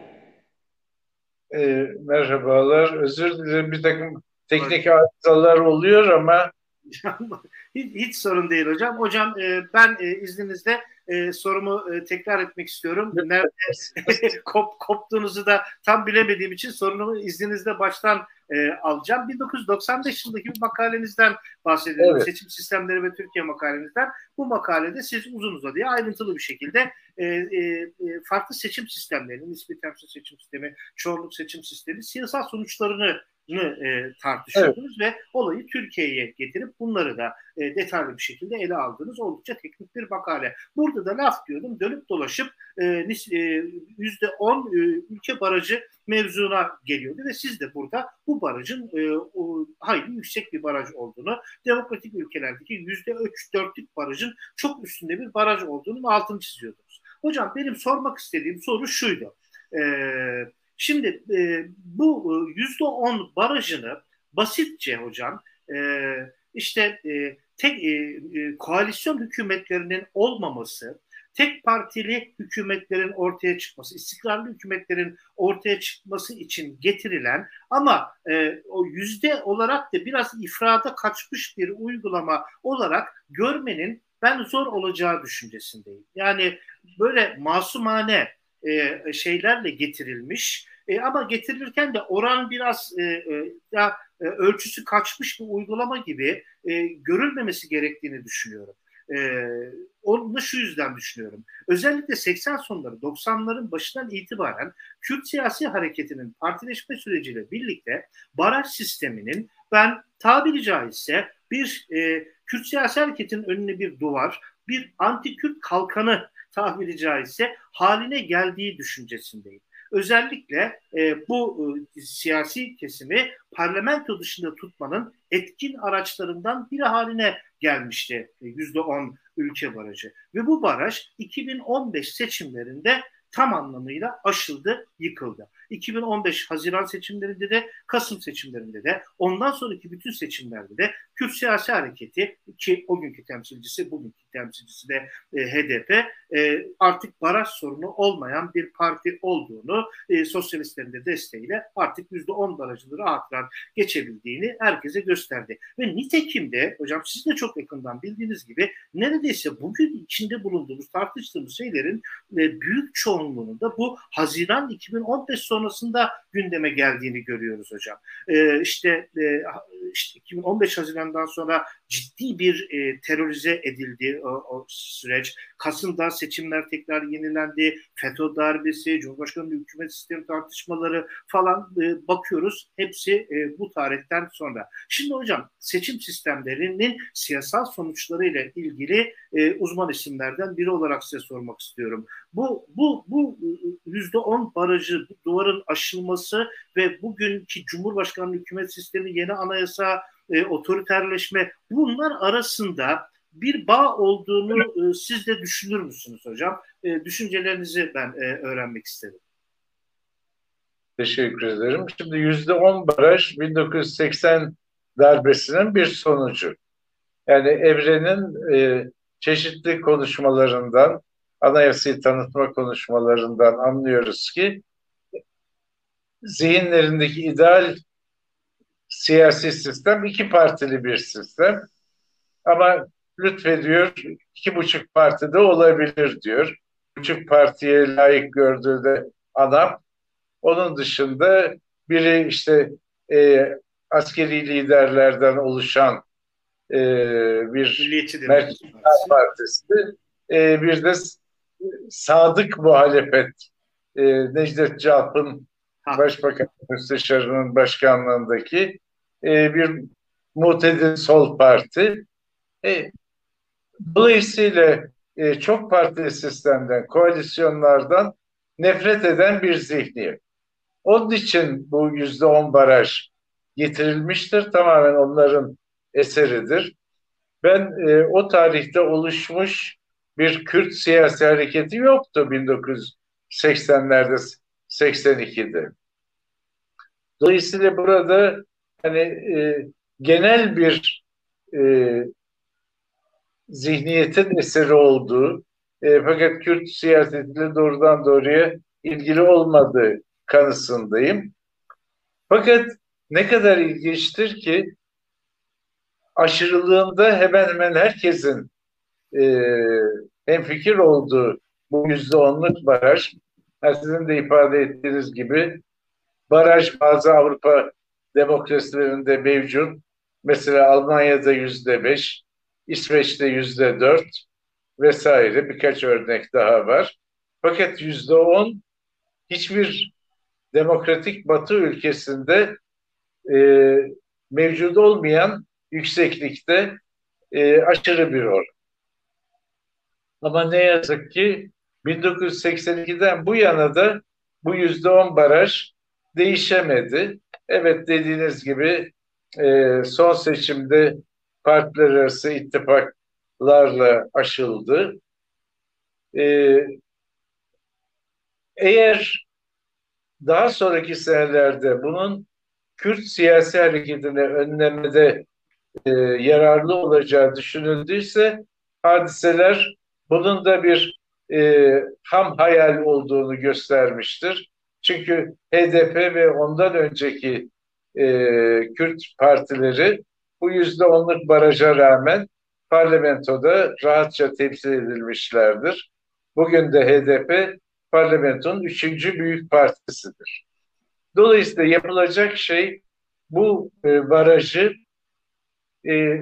E, merhabalar. Özür dilerim. Bir takım teknik arızalar oluyor ama hiç, hiç sorun değil hocam. Hocam e, ben e, izninizle e, sorumu e, tekrar etmek istiyorum. Nerede kop, koptuğunuzu da tam bilemediğim için sorunumu izninizle baştan e, alacağım. bin dokuz yüz doksan beş yılındaki bir makalenizden bahsediyorum. Evet. Seçim sistemleri ve Türkiye makalenizden. Bu makalede siz uzun uzadıya ayrıntılı bir şekilde e, e, farklı seçim sistemlerinin, nispi temsil seçim sistemi, çoğunluk seçim sistemi, siyasal sonuçlarını E, tartışıyordunuz, evet. Ve olayı Türkiye'ye getirip bunları da e, detaylı bir şekilde ele aldığınız oldukça teknik bir makale. Burada da laf diyordum, dönüp dolaşıp yüzde on e, ülke barajı mevzuna geliyordu ve siz de burada bu barajın e, o, hayli yüksek bir baraj olduğunu, demokratik ülkelerdeki yüzde üç dörtlük barajın çok üstünde bir baraj olduğunu altını çiziyordunuz. Hocam benim sormak istediğim soru şuydu. Eee Şimdi e, bu yüzde on barajını basitçe hocam e, işte e, tek e, e, koalisyon hükümetlerinin olmaması, tek partili hükümetlerin ortaya çıkması, istikrarlı hükümetlerin ortaya çıkması için getirilen ama e, o yüzde olarak da biraz ifrada kaçmış bir uygulama olarak görmenin ben zor olacağı düşüncesindeyim. Yani böyle masumane E, şeylerle getirilmiş e, ama getirilirken de oran biraz e, e, ya, e, ölçüsü kaçmış bir uygulama gibi e, görülmemesi gerektiğini düşünüyorum. E, onu da şu yüzden düşünüyorum. Özellikle seksen sonları doksanların başından itibaren Kürt siyasi hareketinin partileşme süreciyle birlikte baraj sisteminin ben tabiri caizse bir e, Kürt siyasi hareketin önüne bir duvar, bir anti-Kürt kalkanı tabiri caizse haline geldiği düşüncesindeyim. Özellikle e, bu e, siyasi kesimi parlamento dışında tutmanın etkin araçlarından biri haline gelmişti yüzde on ülke barajı. Ve bu baraj iki bin on beş seçimlerinde tam anlamıyla aşıldı, yıkıldı. iki bin on beş Haziran seçimlerinde de, Kasım seçimlerinde de, ondan sonraki bütün seçimlerde de Kürt siyasi hareketi, ki o günkü temsilcisi, bugünkü temsilcisi de e, H D P, e, artık baraj sorunu olmayan bir parti olduğunu, e, sosyalistlerin de desteğiyle artık yüzde on barajını rahat rahat geçebildiğini herkese gösterdi. Ve nitekim de, hocam siz de çok yakından bildiğiniz gibi, neredeyse bugün içinde bulunduğumuz, tartıştığımız şeylerin e, büyük çoğunluğunun da bu Haziran iki bin on beş sonrasında gündeme geldiğini görüyoruz hocam. Ee, işte, e, işte iki bin on beş Haziran'dan sonra ciddi bir e, terörize edildi o, o süreç. Kasım'da seçimler tekrar yenilendi. FETÖ darbesi, Cumhurbaşkanı hükümet sistemi tartışmaları falan e, bakıyoruz. Hepsi e, bu tarihten sonra. Şimdi hocam seçim sistemlerinin siyasal sonuçlarıyla ilgili e, uzman isimlerden biri olarak size sormak istiyorum. Bu bu bu yüzde on barajı, bu duvarın aşılması ve bugünkü Cumhurbaşkanlığı hükümet sistemi, yeni anayasa, e, otoriterleşme, bunlar arasında bir bağ olduğunu e, siz de düşünür müsünüz hocam? E, düşüncelerinizi ben e, öğrenmek istedim. Teşekkür ederim. Şimdi yüzde on baraj bin dokuz yüz seksen darbesinin bir sonucu. Yani Evren'in e, çeşitli konuşmalarından, anayasayı tanıtma konuşmalarından anlıyoruz ki zihinlerindeki ideal siyasi sistem iki partili bir sistem. Ama lütfediyor, iki buçuk parti de olabilir diyor. Buçuk partiye layık gördüğü de adam. Onun dışında biri işte e, askeri liderlerden oluşan e, bir Milliyetçi Merkez Demokrasi Partisi. Partisi, e, bir de sadık muhalefet, e, Necdet Calp'ın Ha, Başbakan Müsteşarı'nın başkanlığındaki e, bir muhtedil sol parti. E, dolayısıyla e, çok partili sistemden, koalisyonlardan nefret eden bir zihniyet. Onun için bu yüzde on baraj getirilmiştir. Tamamen onların eseridir. Ben e, o tarihte oluşmuş bir Kürt siyasi hareketi yoktu bin dokuz yüz seksenlerde, seksen ikide. Dolayısıyla burada hani e, genel bir e, zihniyetin eseri olduğu, e, fakat Kürt siyasetiyle doğrudan doğruya ilgili olmadığı kanısındayım. Fakat ne kadar ilginçtir ki aşırılığında hemen hemen herkesin e, hemfikir olduğu bu yüzde onluk baraj, sizin de ifade ettiğiniz gibi baraj bazı Avrupa demokrasilerinde mevcut. Mesela Almanya'da yüzde beş, İsveç'te yüzde dört vesaire birkaç örnek daha var. Fakat yüzde on hiçbir demokratik Batı ülkesinde e, mevcut olmayan yükseklikte e, aşırı bir oran. Ama ne yazık ki bin dokuz yüz seksen ikiden bu yana da bu yüzde on baraj değişemedi. Evet, dediğiniz gibi e, son seçimde partiler arası ittifaklarla aşıldı. E, eğer daha sonraki senelerde bunun Kürt siyasi hareketini önlemede e, yararlı olacağı düşünüldüyse hadiseler bunun da bir e, ham hayal olduğunu göstermiştir. Çünkü H D P ve ondan önceki e, Kürt partileri bu yüzde onluk baraja rağmen parlamentoda rahatça temsil edilmişlerdir. Bugün de H D P parlamentonun üçüncü büyük partisidir. Dolayısıyla yapılacak şey bu e, barajı e,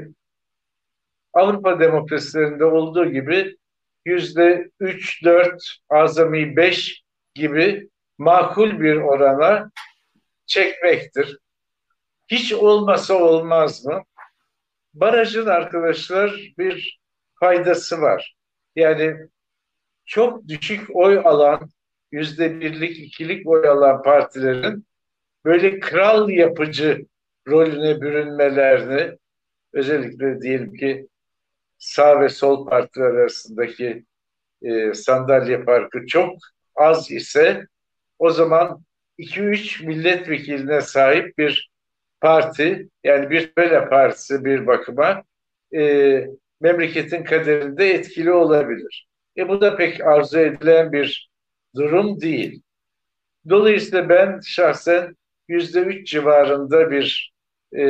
Avrupa demokrasilerinde olduğu gibi yüzde üç, dört, azami beş gibi makul bir orana çekmektir. Hiç olmasa olmaz mı? Barajın arkadaşlar bir faydası var. Yani çok düşük oy alan, yüzde birlik, ikilik oy alan partilerin böyle kral yapıcı rolüne bürünmelerini, özellikle diyelim ki sağ ve sol partiler arasındaki e, sandalye farkı çok az ise o zaman iki üç milletvekiline sahip bir parti, yani bir böyle partisi bir bakıma e, memleketin kaderinde etkili olabilir. E bu da pek arzu edilen bir durum değil. Dolayısıyla ben şahsen yüzde üç civarında bir e,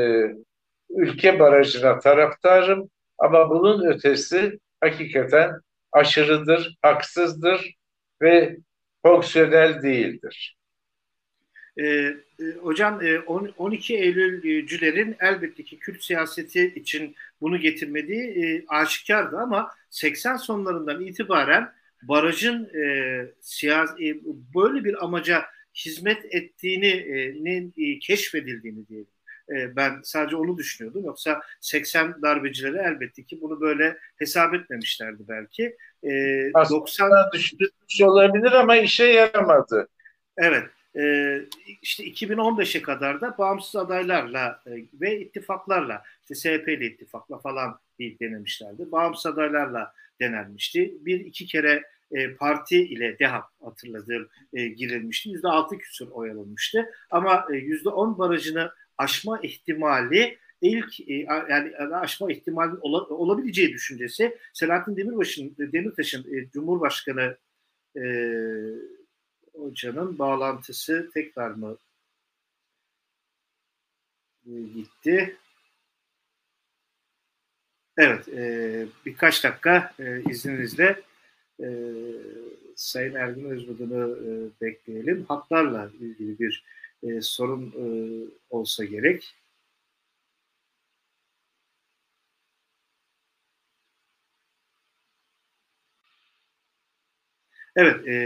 ülke barajına taraftarım. Ama bunun ötesi hakikaten aşırıdır, haksızdır ve fonksiyonel değildir. E, e, hocam e, on iki Eylülcülerin elbette ki Kürt siyaseti için bunu getirmediği e, aşikardı ama seksen sonlarından itibaren barajın e, siyasi, e, böyle bir amaca hizmet ettiğini e, e, keşfedildiğini diyelim. E, ben sadece onu düşünüyordum. Yoksa seksen darbecileri elbette ki bunu böyle hesap etmemişlerdi belki. E, Aslında doksan düşünülmüş olabilir ama işe yaramadı. Evet. E, işte iki bin on beşe kadar da bağımsız adaylarla e, ve ittifaklarla, işte S H P ile ittifakla falan bir denemişlerdi. Bağımsız adaylarla denenmişti. Bir iki kere e, parti ile DEHAP hatırladığım e, girilmişti. yüzde altı küsur oy alınmıştı. Ama e, yüzde on barajını aşma ihtimali ilk e, yani aşma ihtimalinin ola, olabileceği düşüncesi Selahattin Demirbaş'ın Demirtaş'ın e, Cumhurbaşkanı e, hocanın bağlantısı tekrar mı gitti? Evet, e, birkaç dakika e, izninizle e, Sayın Ergün Özbudu'nu e, bekleyelim. Haklarla ilgili bir e, sorun e, olsa gerek. Evet, e,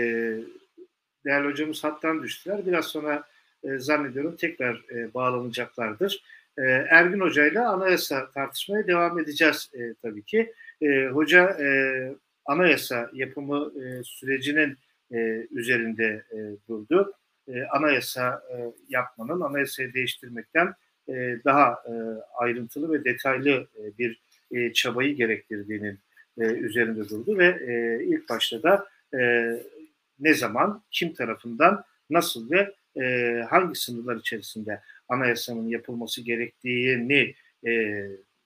değerli hocamız hattan düştüler. Biraz sonra e, zannediyorum tekrar e, bağlanacaklardır. E, Ergün Hoca ile anayasa tartışmaya devam edeceğiz e, tabii ki. E, hoca e, anayasa yapımı e, sürecinin e, üzerinde e, durdu. E, anayasa e, yapmanın, anayasayı değiştirmekten e, daha e, ayrıntılı ve detaylı e, bir e, çabayı gerektirdiğinin e, üzerinde durdu ve e, ilk başta da e, ne zaman, kim tarafından, nasıl ve e, hangi sınırlar içerisinde anayasanın yapılması gerektiğini e,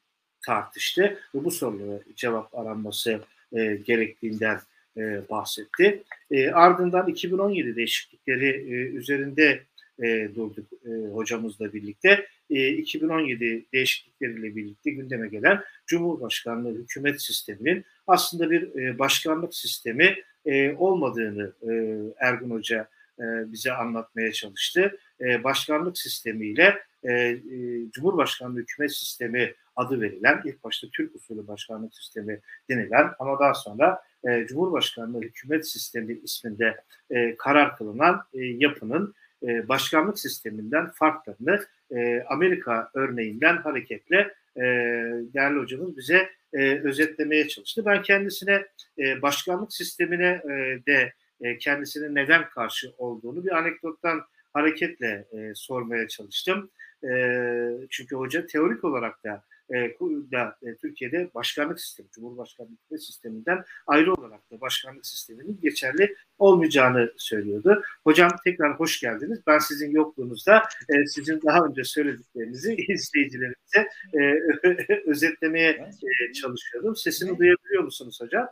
tartıştı ve bu sorulara cevap aranması e, gerektiğinden e, bahsetti. E, ardından iki bin on yedi değişiklikleri e, üzerinde e, durduk e, hocamızla birlikte. E, iki bin on yedi değişiklikleriyle birlikte gündeme gelen Cumhurbaşkanlığı hükümet sisteminin aslında bir e, başkanlık sistemi e, olmadığını e, Ergun Hoca e, bize anlatmaya çalıştı. E, başkanlık sistemiyle e, e, Cumhurbaşkanlığı hükümet sistemi adı verilen, ilk başta Türk usulü başkanlık sistemi denilen ama daha sonra e, Cumhurbaşkanlığı hükümet sistemi isminde e, karar kılınan e, yapının e, başkanlık sisteminden farklarını e, Amerika örneğinden hareketle e, değerli hocamız bize e, özetlemeye çalıştı. Ben kendisine e, başkanlık sistemine e, de e, kendisinin neden karşı olduğunu bir anekdottan hareketle e, sormaya çalıştım. E, çünkü hoca teorik olarak da E, da, e, Türkiye'de başkanlık sistemi, Cumhurbaşkanlığı sisteminden ayrı olarak da başkanlık sisteminin geçerli olmayacağını söylüyordu. Hocam tekrar hoş geldiniz. Ben sizin yokluğunuzda e, sizin daha önce söylediklerinizi izleyicilerimize e, özetlemeye e, çalışıyordum. Sesini duyabiliyor musunuz hocam?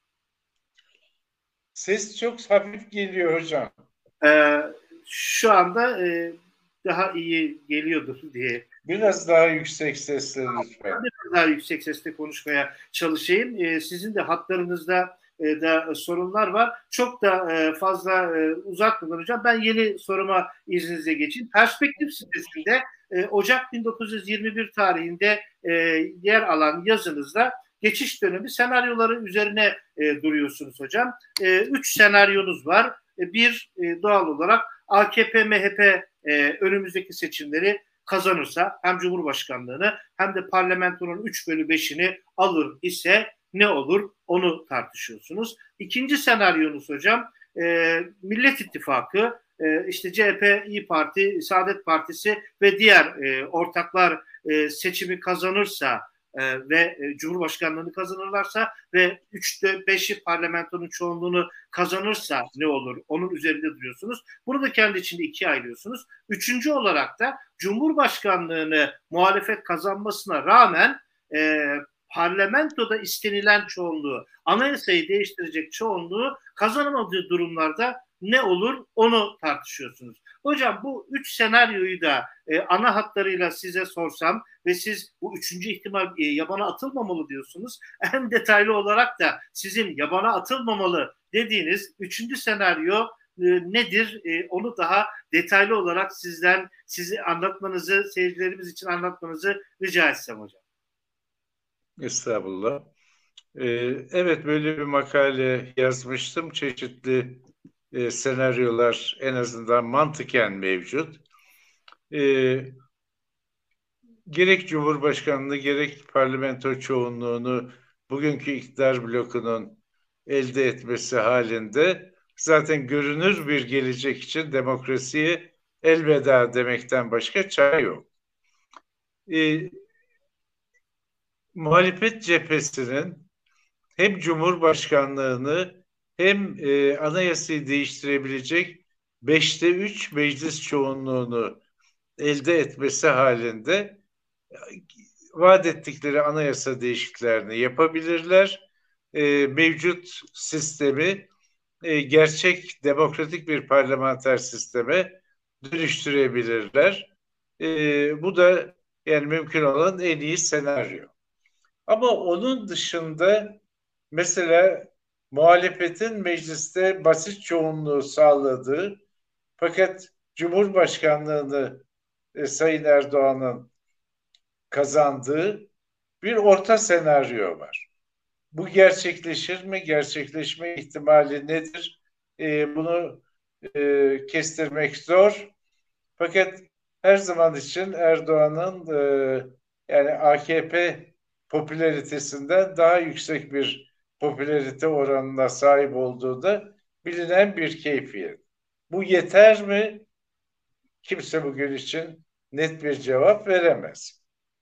Ses çok hafif geliyor hocam. E, şu anda e, daha iyi geliyordur diye. Biraz daha yüksek sesle lütfen. Biraz daha yüksek sesle konuşmaya çalışayım. Ee, sizin de hatlarınızda e, da sorunlar var. Çok da e, fazla e, uzatmadan hocam ben yeni soruma izninizle geçeyim. Perspektif sitesinde e, Ocak bin dokuz yüz yirmi bir tarihinde e, yer alan yazınızda geçiş dönemi senaryoları üzerine e, duruyorsunuz hocam. E, üç senaryonuz var. E, bir e, doğal olarak A K P M H P e, önümüzdeki seçimleri kazanırsa hem Cumhurbaşkanlığını hem de parlamentonun üç bölü beşini alır ise ne olur onu tartışıyorsunuz. İkinci senaryonuz hocam e, Millet İttifakı e, işte C H P, İYİ Parti, Saadet Partisi ve diğer e, ortaklar e, seçimi kazanırsa e, ve e, Cumhurbaşkanlığını kazanırlarsa ve üçte beşi parlamentonun çoğunluğunu kazanırsa ne olur? Onun üzerinde duruyorsunuz. Bunu da kendi içinde ikiye ayırıyorsunuz. Üçüncü olarak da Cumhurbaşkanlığını muhalefet kazanmasına rağmen e, parlamentoda istenilen çoğunluğu, anayasayı değiştirecek çoğunluğu kazanamadığı durumlarda ne olur onu tartışıyorsunuz. Hocam bu üç senaryoyu da e, ana hatlarıyla size sorsam ve siz bu üçüncü ihtimal e, yabana atılmamalı diyorsunuz. En detaylı olarak da sizin yabana atılmamalı dediğiniz üçüncü senaryo e, nedir? E, onu daha detaylı olarak sizden sizi anlatmanızı, seyircilerimiz için anlatmanızı rica etsem hocam. Estağfurullah. Ee, evet böyle bir makale yazmıştım. Çeşitli e, senaryolar en azından mantıken mevcut. Ee, gerek Cumhurbaşkanlığı gerek parlamento çoğunluğunu bugünkü iktidar blokunun elde etmesi halinde zaten görünür bir gelecek için demokrasiye elveda demekten başka çare yok. Ee, muhalefet cephesinin hem Cumhurbaşkanlığını hem e, anayasayı değiştirebilecek beşte üç meclis çoğunluğunu elde etmesi halinde vaat ettikleri anayasa değişikliklerini yapabilirler. E, mevcut sistemi e, gerçek demokratik bir parlamenter sisteme dönüştürebilirler. E, bu da yani mümkün olan en iyi senaryo. Ama onun dışında mesela muhalefetin mecliste basit çoğunluğu sağladığı fakat Cumhurbaşkanlığını e, Sayın Erdoğan'ın kazandığı bir orta senaryo var. Bu gerçekleşir mi? Gerçekleşme ihtimali nedir? E, bunu e, kestirmek zor. Fakat her zaman için Erdoğan'ın e, yani A K P popülaritesinden daha yüksek bir popülarite oranına sahip olduğu da bilinen bir keyfiyet. Bu yeter mi? Kimse bugün için net bir cevap veremez.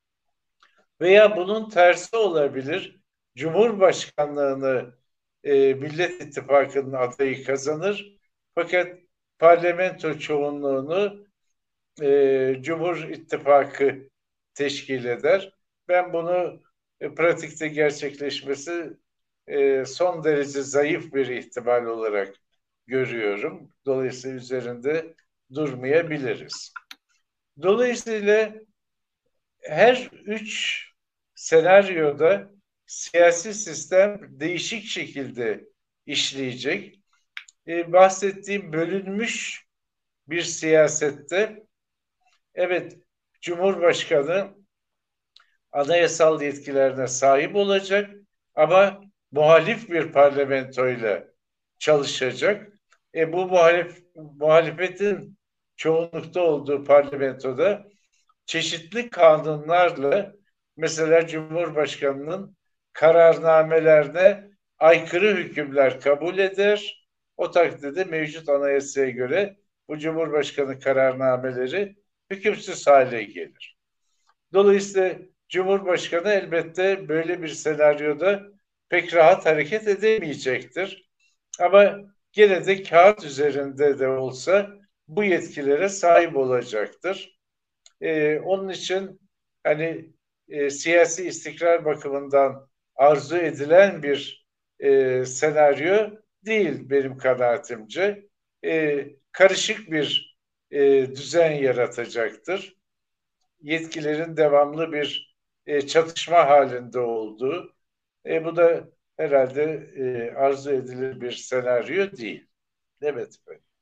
Veya bunun tersi olabilir. Cumhurbaşkanlığını e, Millet İttifakı'nın adayı kazanır. Fakat parlamento çoğunluğunu e, Cumhur İttifakı teşkil eder. Ben bunu e, pratikte gerçekleşmesi e, son derece zayıf bir ihtimal olarak görüyorum. Dolayısıyla üzerinde durmayabiliriz. Dolayısıyla her üç senaryoda siyasi sistem değişik şekilde işleyecek. E, bahsettiğim bölünmüş bir siyasette evet Cumhurbaşkanı anayasal yetkilerine sahip olacak ama muhalif bir parlamentoyla çalışacak. E, bu muhalif, muhalefetin çoğunlukta olduğu parlamentoda çeşitli kanunlarla mesela Cumhurbaşkanı'nın kararnamelerine aykırı hükümler kabul eder. O takdirde mevcut anayasaya göre bu Cumhurbaşkanı kararnameleri hükümsüz hale gelir. Dolayısıyla Cumhurbaşkanı elbette böyle bir senaryoda pek rahat hareket edemeyecektir. Ama gene de kağıt üzerinde de olsa bu yetkilere sahip olacaktır. Ee, onun için hani e, siyasi istikrar bakımından arzu edilen bir e, senaryo değil benim kanaatimce. E, karışık bir e, düzen yaratacaktır. Yetkilerin devamlı bir e, çatışma halinde olduğu. E, bu da herhalde e, arzu edilir bir senaryo değil. Evet.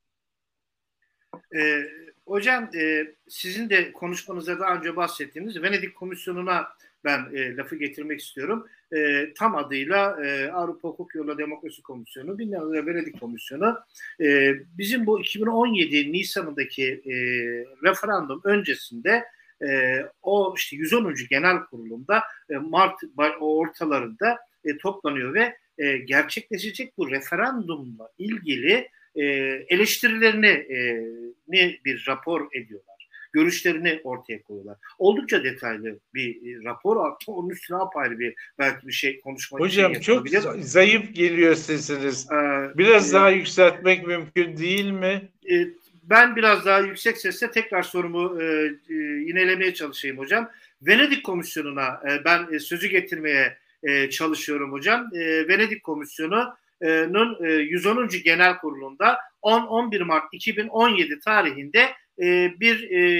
E, hocam e, sizin de konuşmanızda daha önce bahsettiğiniz Venedik Komisyonu'na ben e, lafı getirmek istiyorum. E, tam adıyla e, Avrupa Hukuk Yolu Demokrasi Komisyonu, bilinen Venedik Komisyonu. E, bizim bu iki bin on yedi Nisan'ındaki e, referandum öncesinde e, o işte yüz onuncu Genel Kurulu'nda e, Mart ortalarında e, toplanıyor ve e, gerçekleşecek bu referandumla ilgili e, eleştirilerini e, ne bir rapor ediyorlar. Görüşlerini ortaya koyuyorlar. Oldukça detaylı bir e, rapor. Onun üstüne apayrı bir belki bir şey konuşmak Hocam için çok zayıf geliyor sesiniz. Ee, Biraz e, daha yükseltmek mümkün değil mi? E, ben biraz daha yüksek sesle tekrar sorumu e, e, yinelemeye çalışayım hocam. Venedik Komisyonu'na e, ben e, sözü getirmeye e, çalışıyorum hocam. E, Venedik Komisyonu'nun e, yüz onuncu Genel Kurulu'nda on on bir Mart iki bin on yedi tarihinde e, bir e,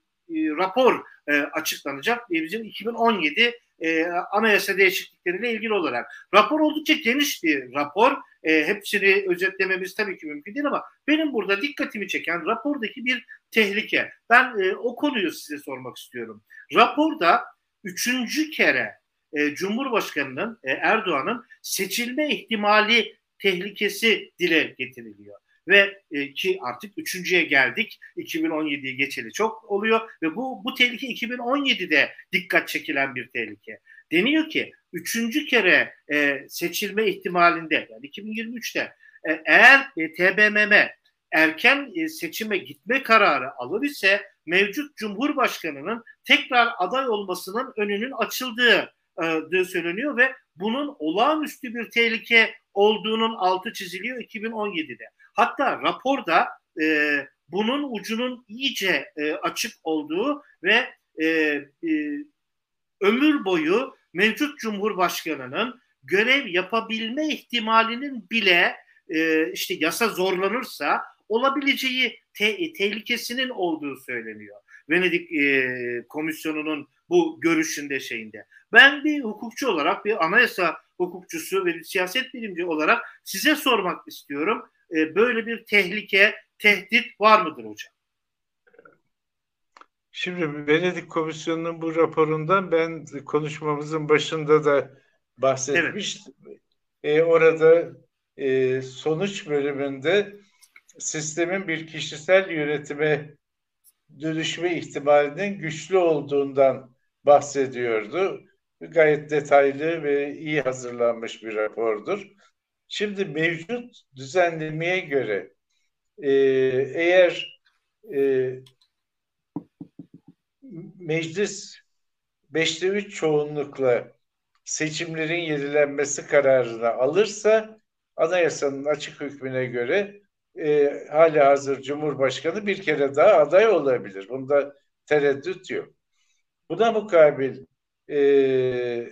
e, rapor e, açıklanacak. E, bizim iki bin on yedi e, anayasa değişiklikleriyle ilgili olarak. Rapor oldukça geniş bir rapor. E, hepsini özetlememiz tabii ki mümkün değil ama benim burada dikkatimi çeken rapordaki bir tehlike. Ben e, o konuyu size sormak istiyorum. Raporda üçüncü kere e, Cumhurbaşkanı'nın e, Erdoğan'ın seçilme ihtimali tehlikesi dile getiriliyor. Ve e, ki artık üçüncüye geldik. iki bin on yediyi geçeli çok oluyor ve bu bu tehlike iki bin on yedide dikkat çekilen bir tehlike. Deniyor ki üçüncü kere e, seçilme ihtimalinde yani iki bin yirmi üçte e, eğer e, T B M M erken e, seçime gitme kararı alır ise mevcut Cumhurbaşkanı'nın tekrar aday olmasının önünün açıldığı e, söyleniyor ve bunun olağanüstü bir tehlike olduğunun altı çiziliyor iki bin on yedide. Hatta raporda e, bunun ucunun iyice e, açık olduğu ve e, e, ömür boyu mevcut Cumhurbaşkanı'nın görev yapabilme ihtimalinin bile e, işte yasa zorlanırsa olabileceği te- tehlikesinin olduğu söyleniyor. Venedik e, Komisyonu'nun bu görüşünde şeyinde. Ben bir hukukçu olarak, bir anayasa hukukçusu ve bir siyaset bilimci olarak size sormak istiyorum. E, böyle bir tehlike, tehdit var mıdır hocam? Şimdi Venedik Komisyonu'nun bu raporundan ben konuşmamızın başında da bahsetmiştim. Evet. E, orada e, sonuç bölümünde sistemin bir kişisel yönetime dönüşme ihtimalinin güçlü olduğundan bahsediyordu. Gayet detaylı ve iyi hazırlanmış bir rapordur. Şimdi mevcut düzenlemeye göre e, eğer e, meclis beşte üç çoğunlukla seçimlerin yenilenmesi kararını alırsa anayasanın açık hükmüne göre e, halihazır Cumhurbaşkanı bir kere daha aday olabilir. Bunda tereddüt yok. Buna mukabil e,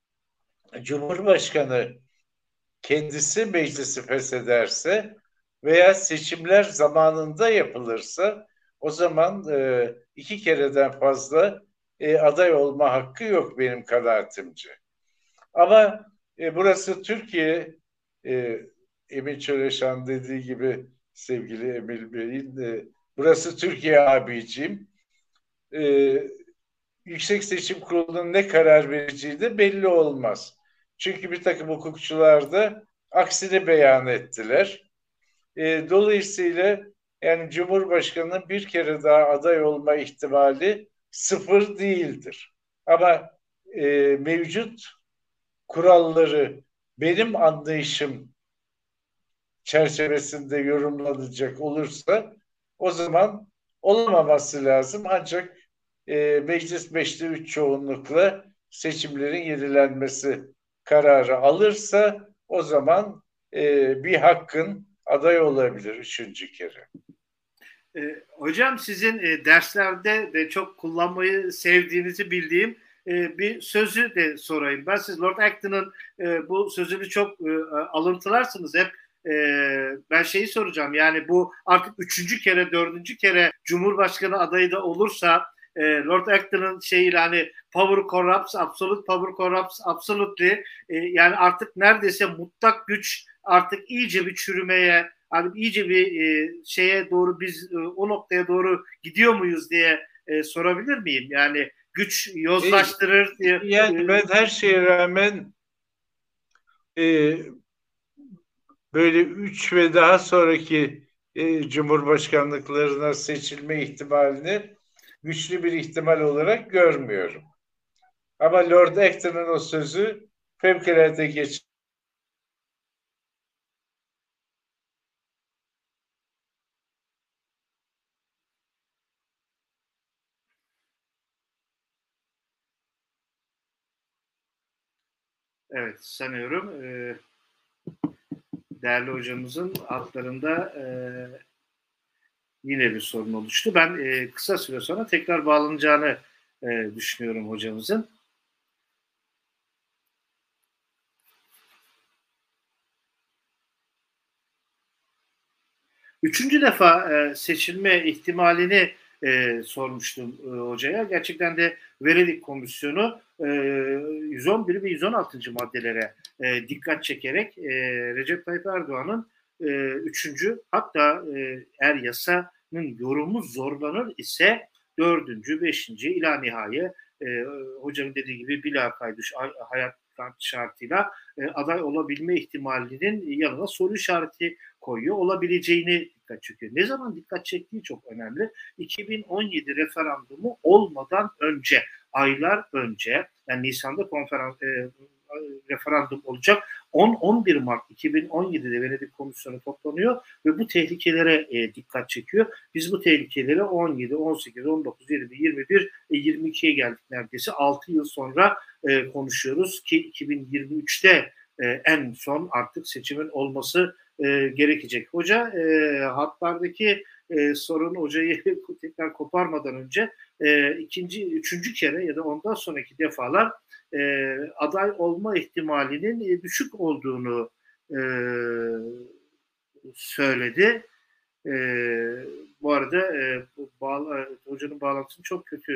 Cumhurbaşkanı kendisi meclisi feshederse veya seçimler zamanında yapılırsa o zaman e, iki kereden fazla e, aday olma hakkı yok benim kanaatimce. Ama e, burası Türkiye, e, Emin Çöreşan dediği gibi sevgili Emil Bey'in, e, burası Türkiye abiciğim. E, Yüksek Seçim Kurulu'nun ne karar vereceği de belli olmaz. Çünkü bir takım hukukçular da aksini beyan ettiler. E, dolayısıyla yani Cumhurbaşkanı'nın bir kere daha aday olma ihtimali sıfır değildir. Ama e, mevcut kuralları benim anlayışım çerçevesinde yorumlanacak olursa o zaman olamaması lazım. Ancak e, meclis beşte üç çoğunlukla seçimlerin yenilenmesi kararı alırsa o zaman e, bir hakkın aday olabilir üçüncü kere. E, hocam sizin e, derslerde de çok kullanmayı sevdiğinizi bildiğim e, bir sözü de sorayım. Ben siz Lord Acton'ın e, bu sözünü çok e, alıntılarsınız hep. E, ben şeyi soracağım, yani bu artık üçüncü kere, dördüncü kere Cumhurbaşkanı adayı da olursa e, Lord Acton'ın şeyiyle, hani power corrupts, absolute power corrupts absolutely, e, yani artık neredeyse mutlak güç artık iyice bir çürümeye, hani iyice bir e, şeye doğru, biz e, o noktaya doğru gidiyor muyuz diye e, sorabilir miyim? Yani güç yozlaştırır diye. E, yani ben her şeye rağmen e, böyle üç ve daha sonraki e, cumhurbaşkanlıklarına seçilme ihtimalini güçlü bir ihtimal olarak görmüyorum. Ama Lord Acton'ın o sözü fevkalade geç. Evet, sanıyorum e, değerli hocamızın altlarında e, yine bir sorun oluştu. Ben e, kısa süre sonra tekrar bağlanacağını e, düşünüyorum hocamızın. Üçüncü defa e, seçilme ihtimalini e, sormuştum e, hocaya. Gerçekten de Venedik Komisyonu e, yüz on bir ve yüz on altıncı maddelere e, dikkat çekerek e, Recep Tayyip Erdoğan'ın e, üçüncü, hatta e, eğer yasanın yorumu zorlanır ise dördüncü, beşinci ila nihai e, hocamın dediği gibi bilakaydı hayat şartıyla e, aday olabilme ihtimalinin yanına soru işareti koyuyor olabileceğini dikkat çekiyor. Ne zaman dikkat çektiği çok önemli. iki bin on yedi referandumu olmadan önce, aylar önce, yani Nisan'da konferans e, referandum olacak. on on bir Mart iki bin on yedide Venedik Komisyonu toplanıyor ve bu tehlikelere e, dikkat çekiyor. Biz bu tehlikelere on yedi, on sekiz, on dokuz, yirmi, yirmi bir, yirmi ikiye geldik neredeyse. altı yıl sonra e, konuşuyoruz ki iki bin yirmi üçte e, en son artık seçimin olması e, gerekecek. Hoca e, hatlardaki e, sorun hocayı tekrar koparmadan önce e, ikinci, üçüncü kere ya da ondan sonraki defalar e, aday olma ihtimalinin e, düşük olduğunu e, söyledi. E, bu arada e, bağla, hocanın bağlantısını çok kötü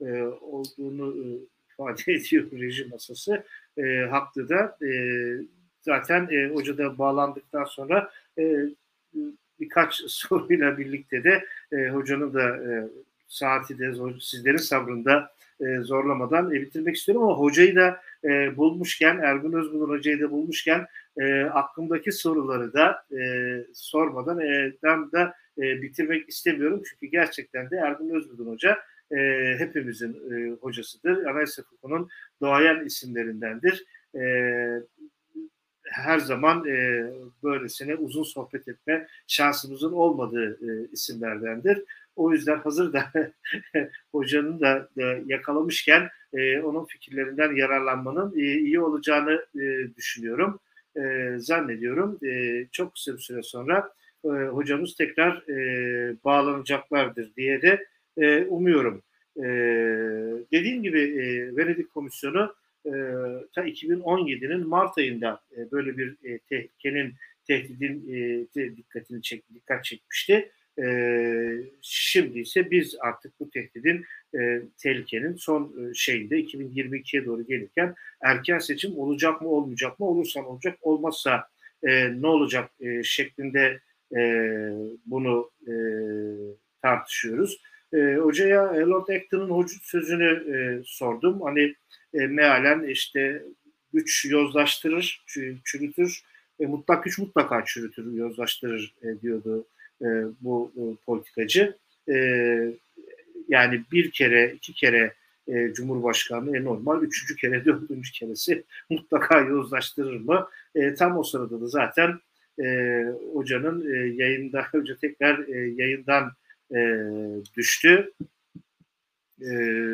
e, olduğunu e, ifade ediyor reji masası. E, haklı da. E, zaten e, hoca da bağlandıktan sonra e, birkaç soruyla birlikte de e, hocanın da e, saati de zor, sizlerin sabrında e, zorlamadan e, bitirmek istiyorum ama hocayı da e, bulmuşken, Ergun Özbulur hocayı da bulmuşken e, aklımdaki soruları da e, sormadan e, ben de e, bitirmek istemiyorum. Çünkü gerçekten de Ergun Özbulur hoca e, hepimizin e, hocasıdır. Anayasa hukukunun doğayan isimlerindendir. E, her zaman e, böylesine uzun sohbet etme şansımızın olmadığı e, isimlerdendir. O yüzden hazır da hocanın da, da yakalamışken e, onun fikirlerinden yararlanmanın e, iyi olacağını e, düşünüyorum. E, zannediyorum e, çok kısa bir süre sonra e, hocamız tekrar e, bağlanacaklardır diye de e, umuyorum. E, dediğim gibi e, Venedik Komisyonu e, ta iki bin on yedinin Mart ayında e, böyle bir e, tehlikenin, tehdidin e, te, dikkatini çek, dikkat çekmişti. Ee, şimdi ise biz artık bu tehdidin e, tehlikenin son e, şeyinde iki bin yirmi ikiye doğru gelirken erken seçim olacak mı olmayacak mı, olursa olacak, olmazsa e, ne olacak e, şeklinde e, bunu e, tartışıyoruz. E, hocaya Lord Acton'un sözünü e, sordum. Hani e, mealen işte güç yozlaştırır, çürütür, e, mutlak güç mutlaka çürütür, yozlaştırır e, diyordu E, bu e, politikacı. E, yani bir kere, iki kere e, Cumhurbaşkanlığı e, normal, üçüncü kere, dördüncü keresi mutlaka yozlaştırır mı? E, tam o sırada da zaten e, hocanın e, yayında, hoca tekrar e, yayından e, düştü. E,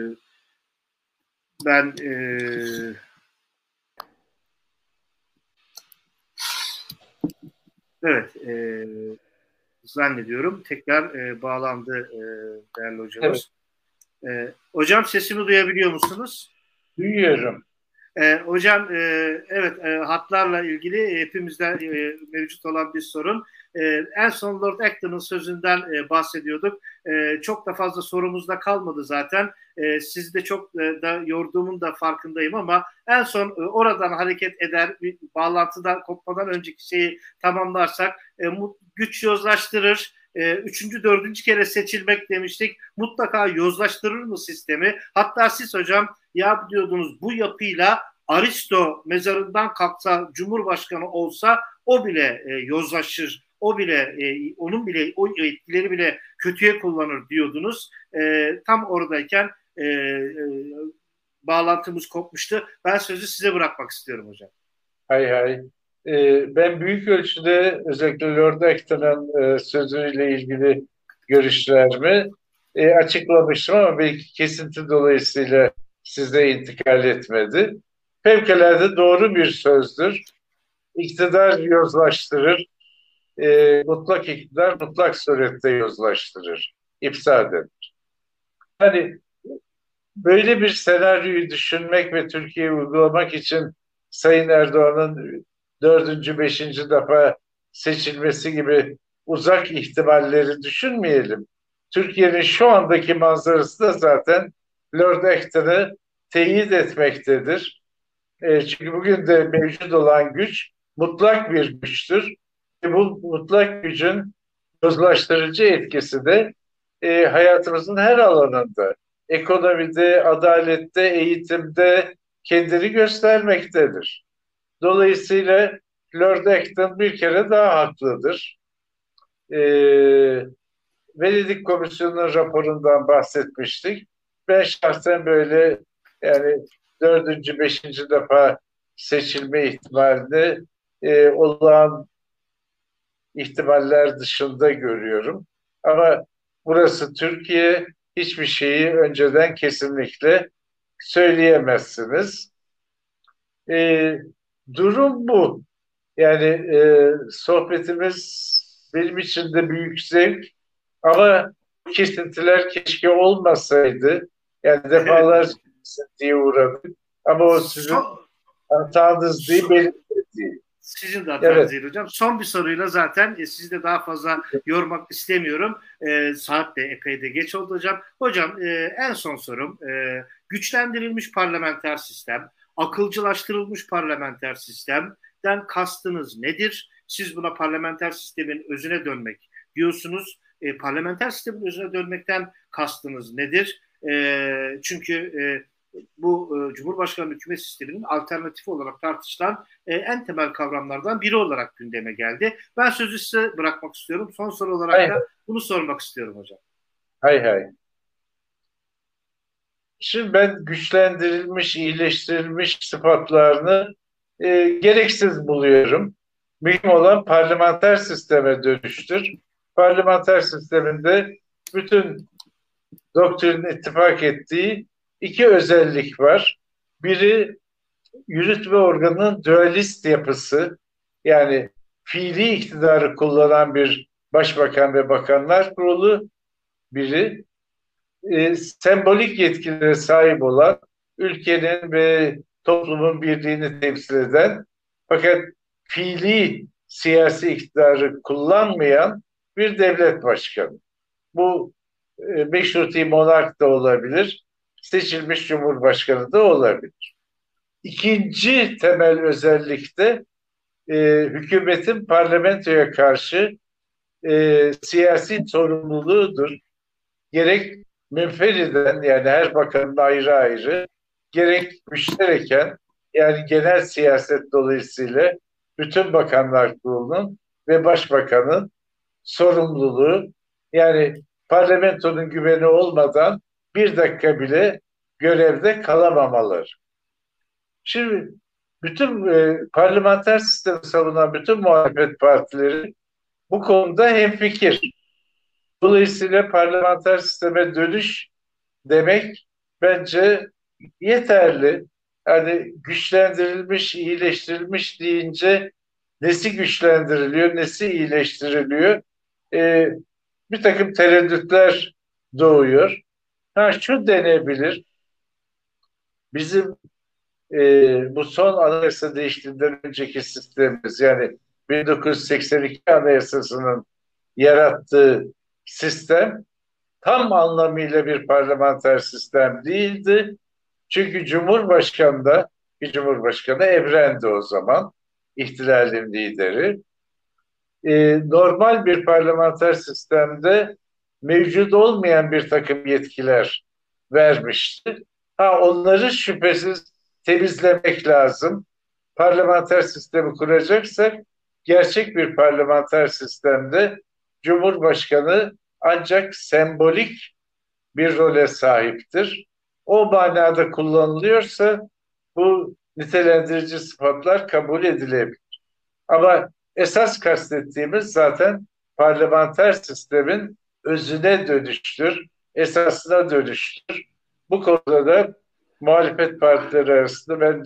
ben e, evet e, zannediyorum tekrar e, bağlandı e, değerli hocamız. Evet. E, hocam sesimi duyabiliyor musunuz? Duyuyorum. E, hocam e, evet e, hatlarla ilgili hepimizde e, mevcut olan bir sorun. E, en son Lord Acton'un sözünden e, bahsediyorduk. E, çok da fazla sorumuz da kalmadı zaten. E, sizi de çok e, da yorduğumun da farkındayım ama en son e, oradan hareket eder, bir bağlantıdan kopmadan önceki şeyi tamamlarsak e, güç yozlaştırır. E, üçüncü, dördüncü kere seçilmek demiştik. Mutlaka yozlaştırır mı sistemi? Hatta siz hocam ya diyordunuz bu yapıyla Aristo mezarından kalksa, Cumhurbaşkanı olsa o bile e, yozlaşır. O bile, e, onun bile, o etkileri bile kötüye kullanır diyordunuz. E, tam oradayken e, e, bağlantımız kopmuştu. Ben sözü size bırakmak istiyorum hocam. Hay hay. Ee, ben büyük ölçüde özellikle Lord Acton'un e, sözüyle ilgili görüşlerimi e, açıklamıştım ama belki kesinti dolayısıyla size intikal etmedi. Fevkalade doğru bir sözdür. İktidar yozlaştırır. E, mutlak iktidar mutlak surette yozlaştırır. İpsal eder. Hani böyle bir senaryoyu düşünmek ve Türkiye'yi uygulamak için Sayın Erdoğan'ın dördüncü, beşinci defa seçilmesi gibi uzak ihtimalleri düşünmeyelim. Türkiye'nin şu andaki manzarası da zaten Lord Acton'ı teyit etmektedir. E, çünkü bugün de mevcut olan güç mutlak bir güçtür. E, bu mutlak gücün yozlaştırıcı etkisi de e, hayatımızın her alanında, ekonomide, adalette, eğitimde kendini göstermektedir. Dolayısıyla Lord Acton bir kere daha haklıdır. E, Venedik Komisyonu'nun raporundan bahsetmiştik. Ben şahsen böyle yani dördüncü, beşinci defa seçilme ihtimalini e, olağan ihtimaller dışında görüyorum. Ama burası Türkiye, hiçbir şeyi önceden kesinlikle söyleyemezsiniz. E, durum bu. Yani e, sohbetimiz benim için de büyük zevk ama kesintiler keşke olmasaydı. Yani defalarca kesintiye uğradık. Ama o sizin So, hatanız değil, so, benim de değil. Sizin de hatanız Evet. değil hocam. Son bir soruyla zaten e, sizi de daha fazla yormak istemiyorum. E, saat de epey de geç oldu hocam. Hocam e, en son sorum. E, güçlendirilmiş parlamenter sistem, akılcılaştırılmış parlamenter sistemden kastınız nedir? Siz buna parlamenter sistemin özüne dönmek diyorsunuz. E, parlamenter sistemin özüne dönmekten kastınız nedir? E, çünkü e, bu e, Cumhurbaşkanlığı hükümet sisteminin alternatifi olarak tartışılan e, en temel kavramlardan biri olarak gündeme geldi. Ben sözü size bırakmak istiyorum. Son soru olarak Hay da bunu sormak istiyorum hocam. hay. hay. Şimdi ben güçlendirilmiş, iyileştirilmiş sıfatlarını e, gereksiz buluyorum. Mühim olan parlamenter sisteme dönüştür. Parlamenter sisteminde bütün doktrinin ittifak ettiği iki özellik var. Biri yürütme organının dualist yapısı, yani fiili iktidarı kullanan bir başbakan ve bakanlar kurulu. Biri e, sembolik yetkilere sahip olan, ülkenin ve toplumun birliğini temsil eden fakat fiili siyasi iktidarı kullanmayan bir devlet başkanı. Bu e, meşruti monark da olabilir, seçilmiş cumhurbaşkanı da olabilir. İkinci temel özellik de e, hükümetin parlamentoya karşı e, siyasi sorumluluğudur. Gerek münferiden, yani her bakanın ayrı ayrı, gerek müştereken, yani genel siyaset dolayısıyla bütün bakanlar kurulunun ve başbakanın sorumluluğu, yani parlamentonun güveni olmadan bir dakika bile görevde kalamamaları. Şimdi bütün e, parlamenter sistemi savunan bütün muhalefet partileri bu konuda hemfikir. Dolayısıyla parlamenter sisteme dönüş demek bence yeterli. Yani güçlendirilmiş, iyileştirilmiş deyince nesi güçlendiriliyor, nesi iyileştiriliyor? Ee, bir takım tereddütler doğuyor. Ha, şu denebilir, bizim e, bu son anayasa değişikliğinden önceki sistemimiz, yani bin dokuz yüz seksen iki Anayasası'nın yarattığı sistem tam anlamıyla bir parlamenter sistem değildi. Çünkü Cumhurbaşkanı da, bir Cumhurbaşkanı evrendi o zaman, ihtilalin lideri. Ee, normal bir parlamenter sistemde mevcut olmayan bir takım yetkiler vermişti. Ha, onları şüphesiz temizlemek lazım. Parlamenter sistemi kuracaksak gerçek bir parlamenter sistemde Cumhurbaşkanı ancak sembolik bir role sahiptir. O manada kullanılıyorsa bu nitelendirici sıfatlar kabul edilebilir. Ama esas kastettiğimiz zaten parlamenter sistemin özüne dönüştür, esasına dönüştür. Bu konuda da muhalefet partileri arasında ben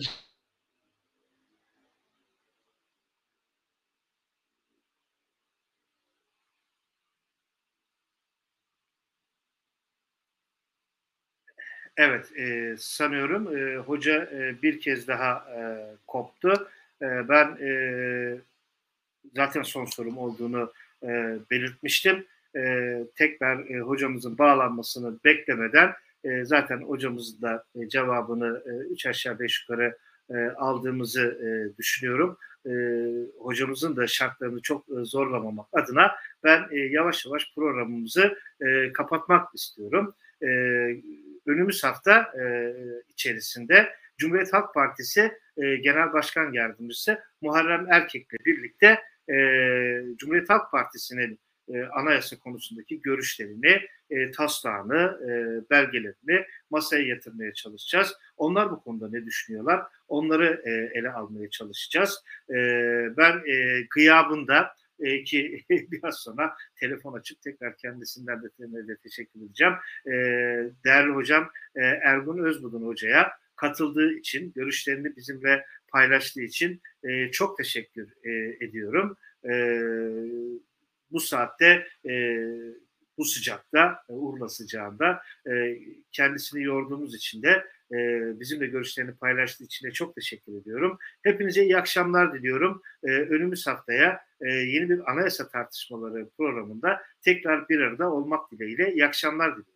Evet, e, sanıyorum e, hoca e, bir kez daha e, koptu. E, ben e, zaten son sorum olduğunu e, belirtmiştim. E, tekrar e, hocamızın bağlanmasını beklemeden e, zaten hocamızın da e, cevabını e, üç aşağı beş yukarı e, aldığımızı e, düşünüyorum. E, hocamızın da şartlarını çok e, zorlamamak adına ben e, yavaş yavaş programımızı e, kapatmak istiyorum. E, önümüz hafta e, içerisinde Cumhuriyet Halk Partisi e, Genel Başkan Yardımcısı Muharrem Erkek'le birlikte e, Cumhuriyet Halk Partisi'nin e, anayasa konusundaki görüşlerini, e, taslağını, e, belgelerini masaya yatırmaya çalışacağız. Onlar bu konuda ne düşünüyorlar? Onları e, ele almaya çalışacağız. E, ben e, gıyabında e, ki biraz sonra telefon açıp tekrar kendisinden de, de teşekkür edeceğim. E, değerli hocam e, Ergun Özbudun hocaya katıldığı için, görüşlerini bizimle paylaştığı için e, çok teşekkür e, ediyorum. E, bu saatte, e, bu sıcakta, Urla sıcağında e, kendisini yorduğumuz için de e, bizimle görüşlerini paylaştığı için de çok teşekkür ediyorum. Hepinize iyi akşamlar diliyorum. E, önümüz haftaya e, yeni bir anayasa tartışmaları programında tekrar bir arada olmak dileğiyle iyi akşamlar diliyorum.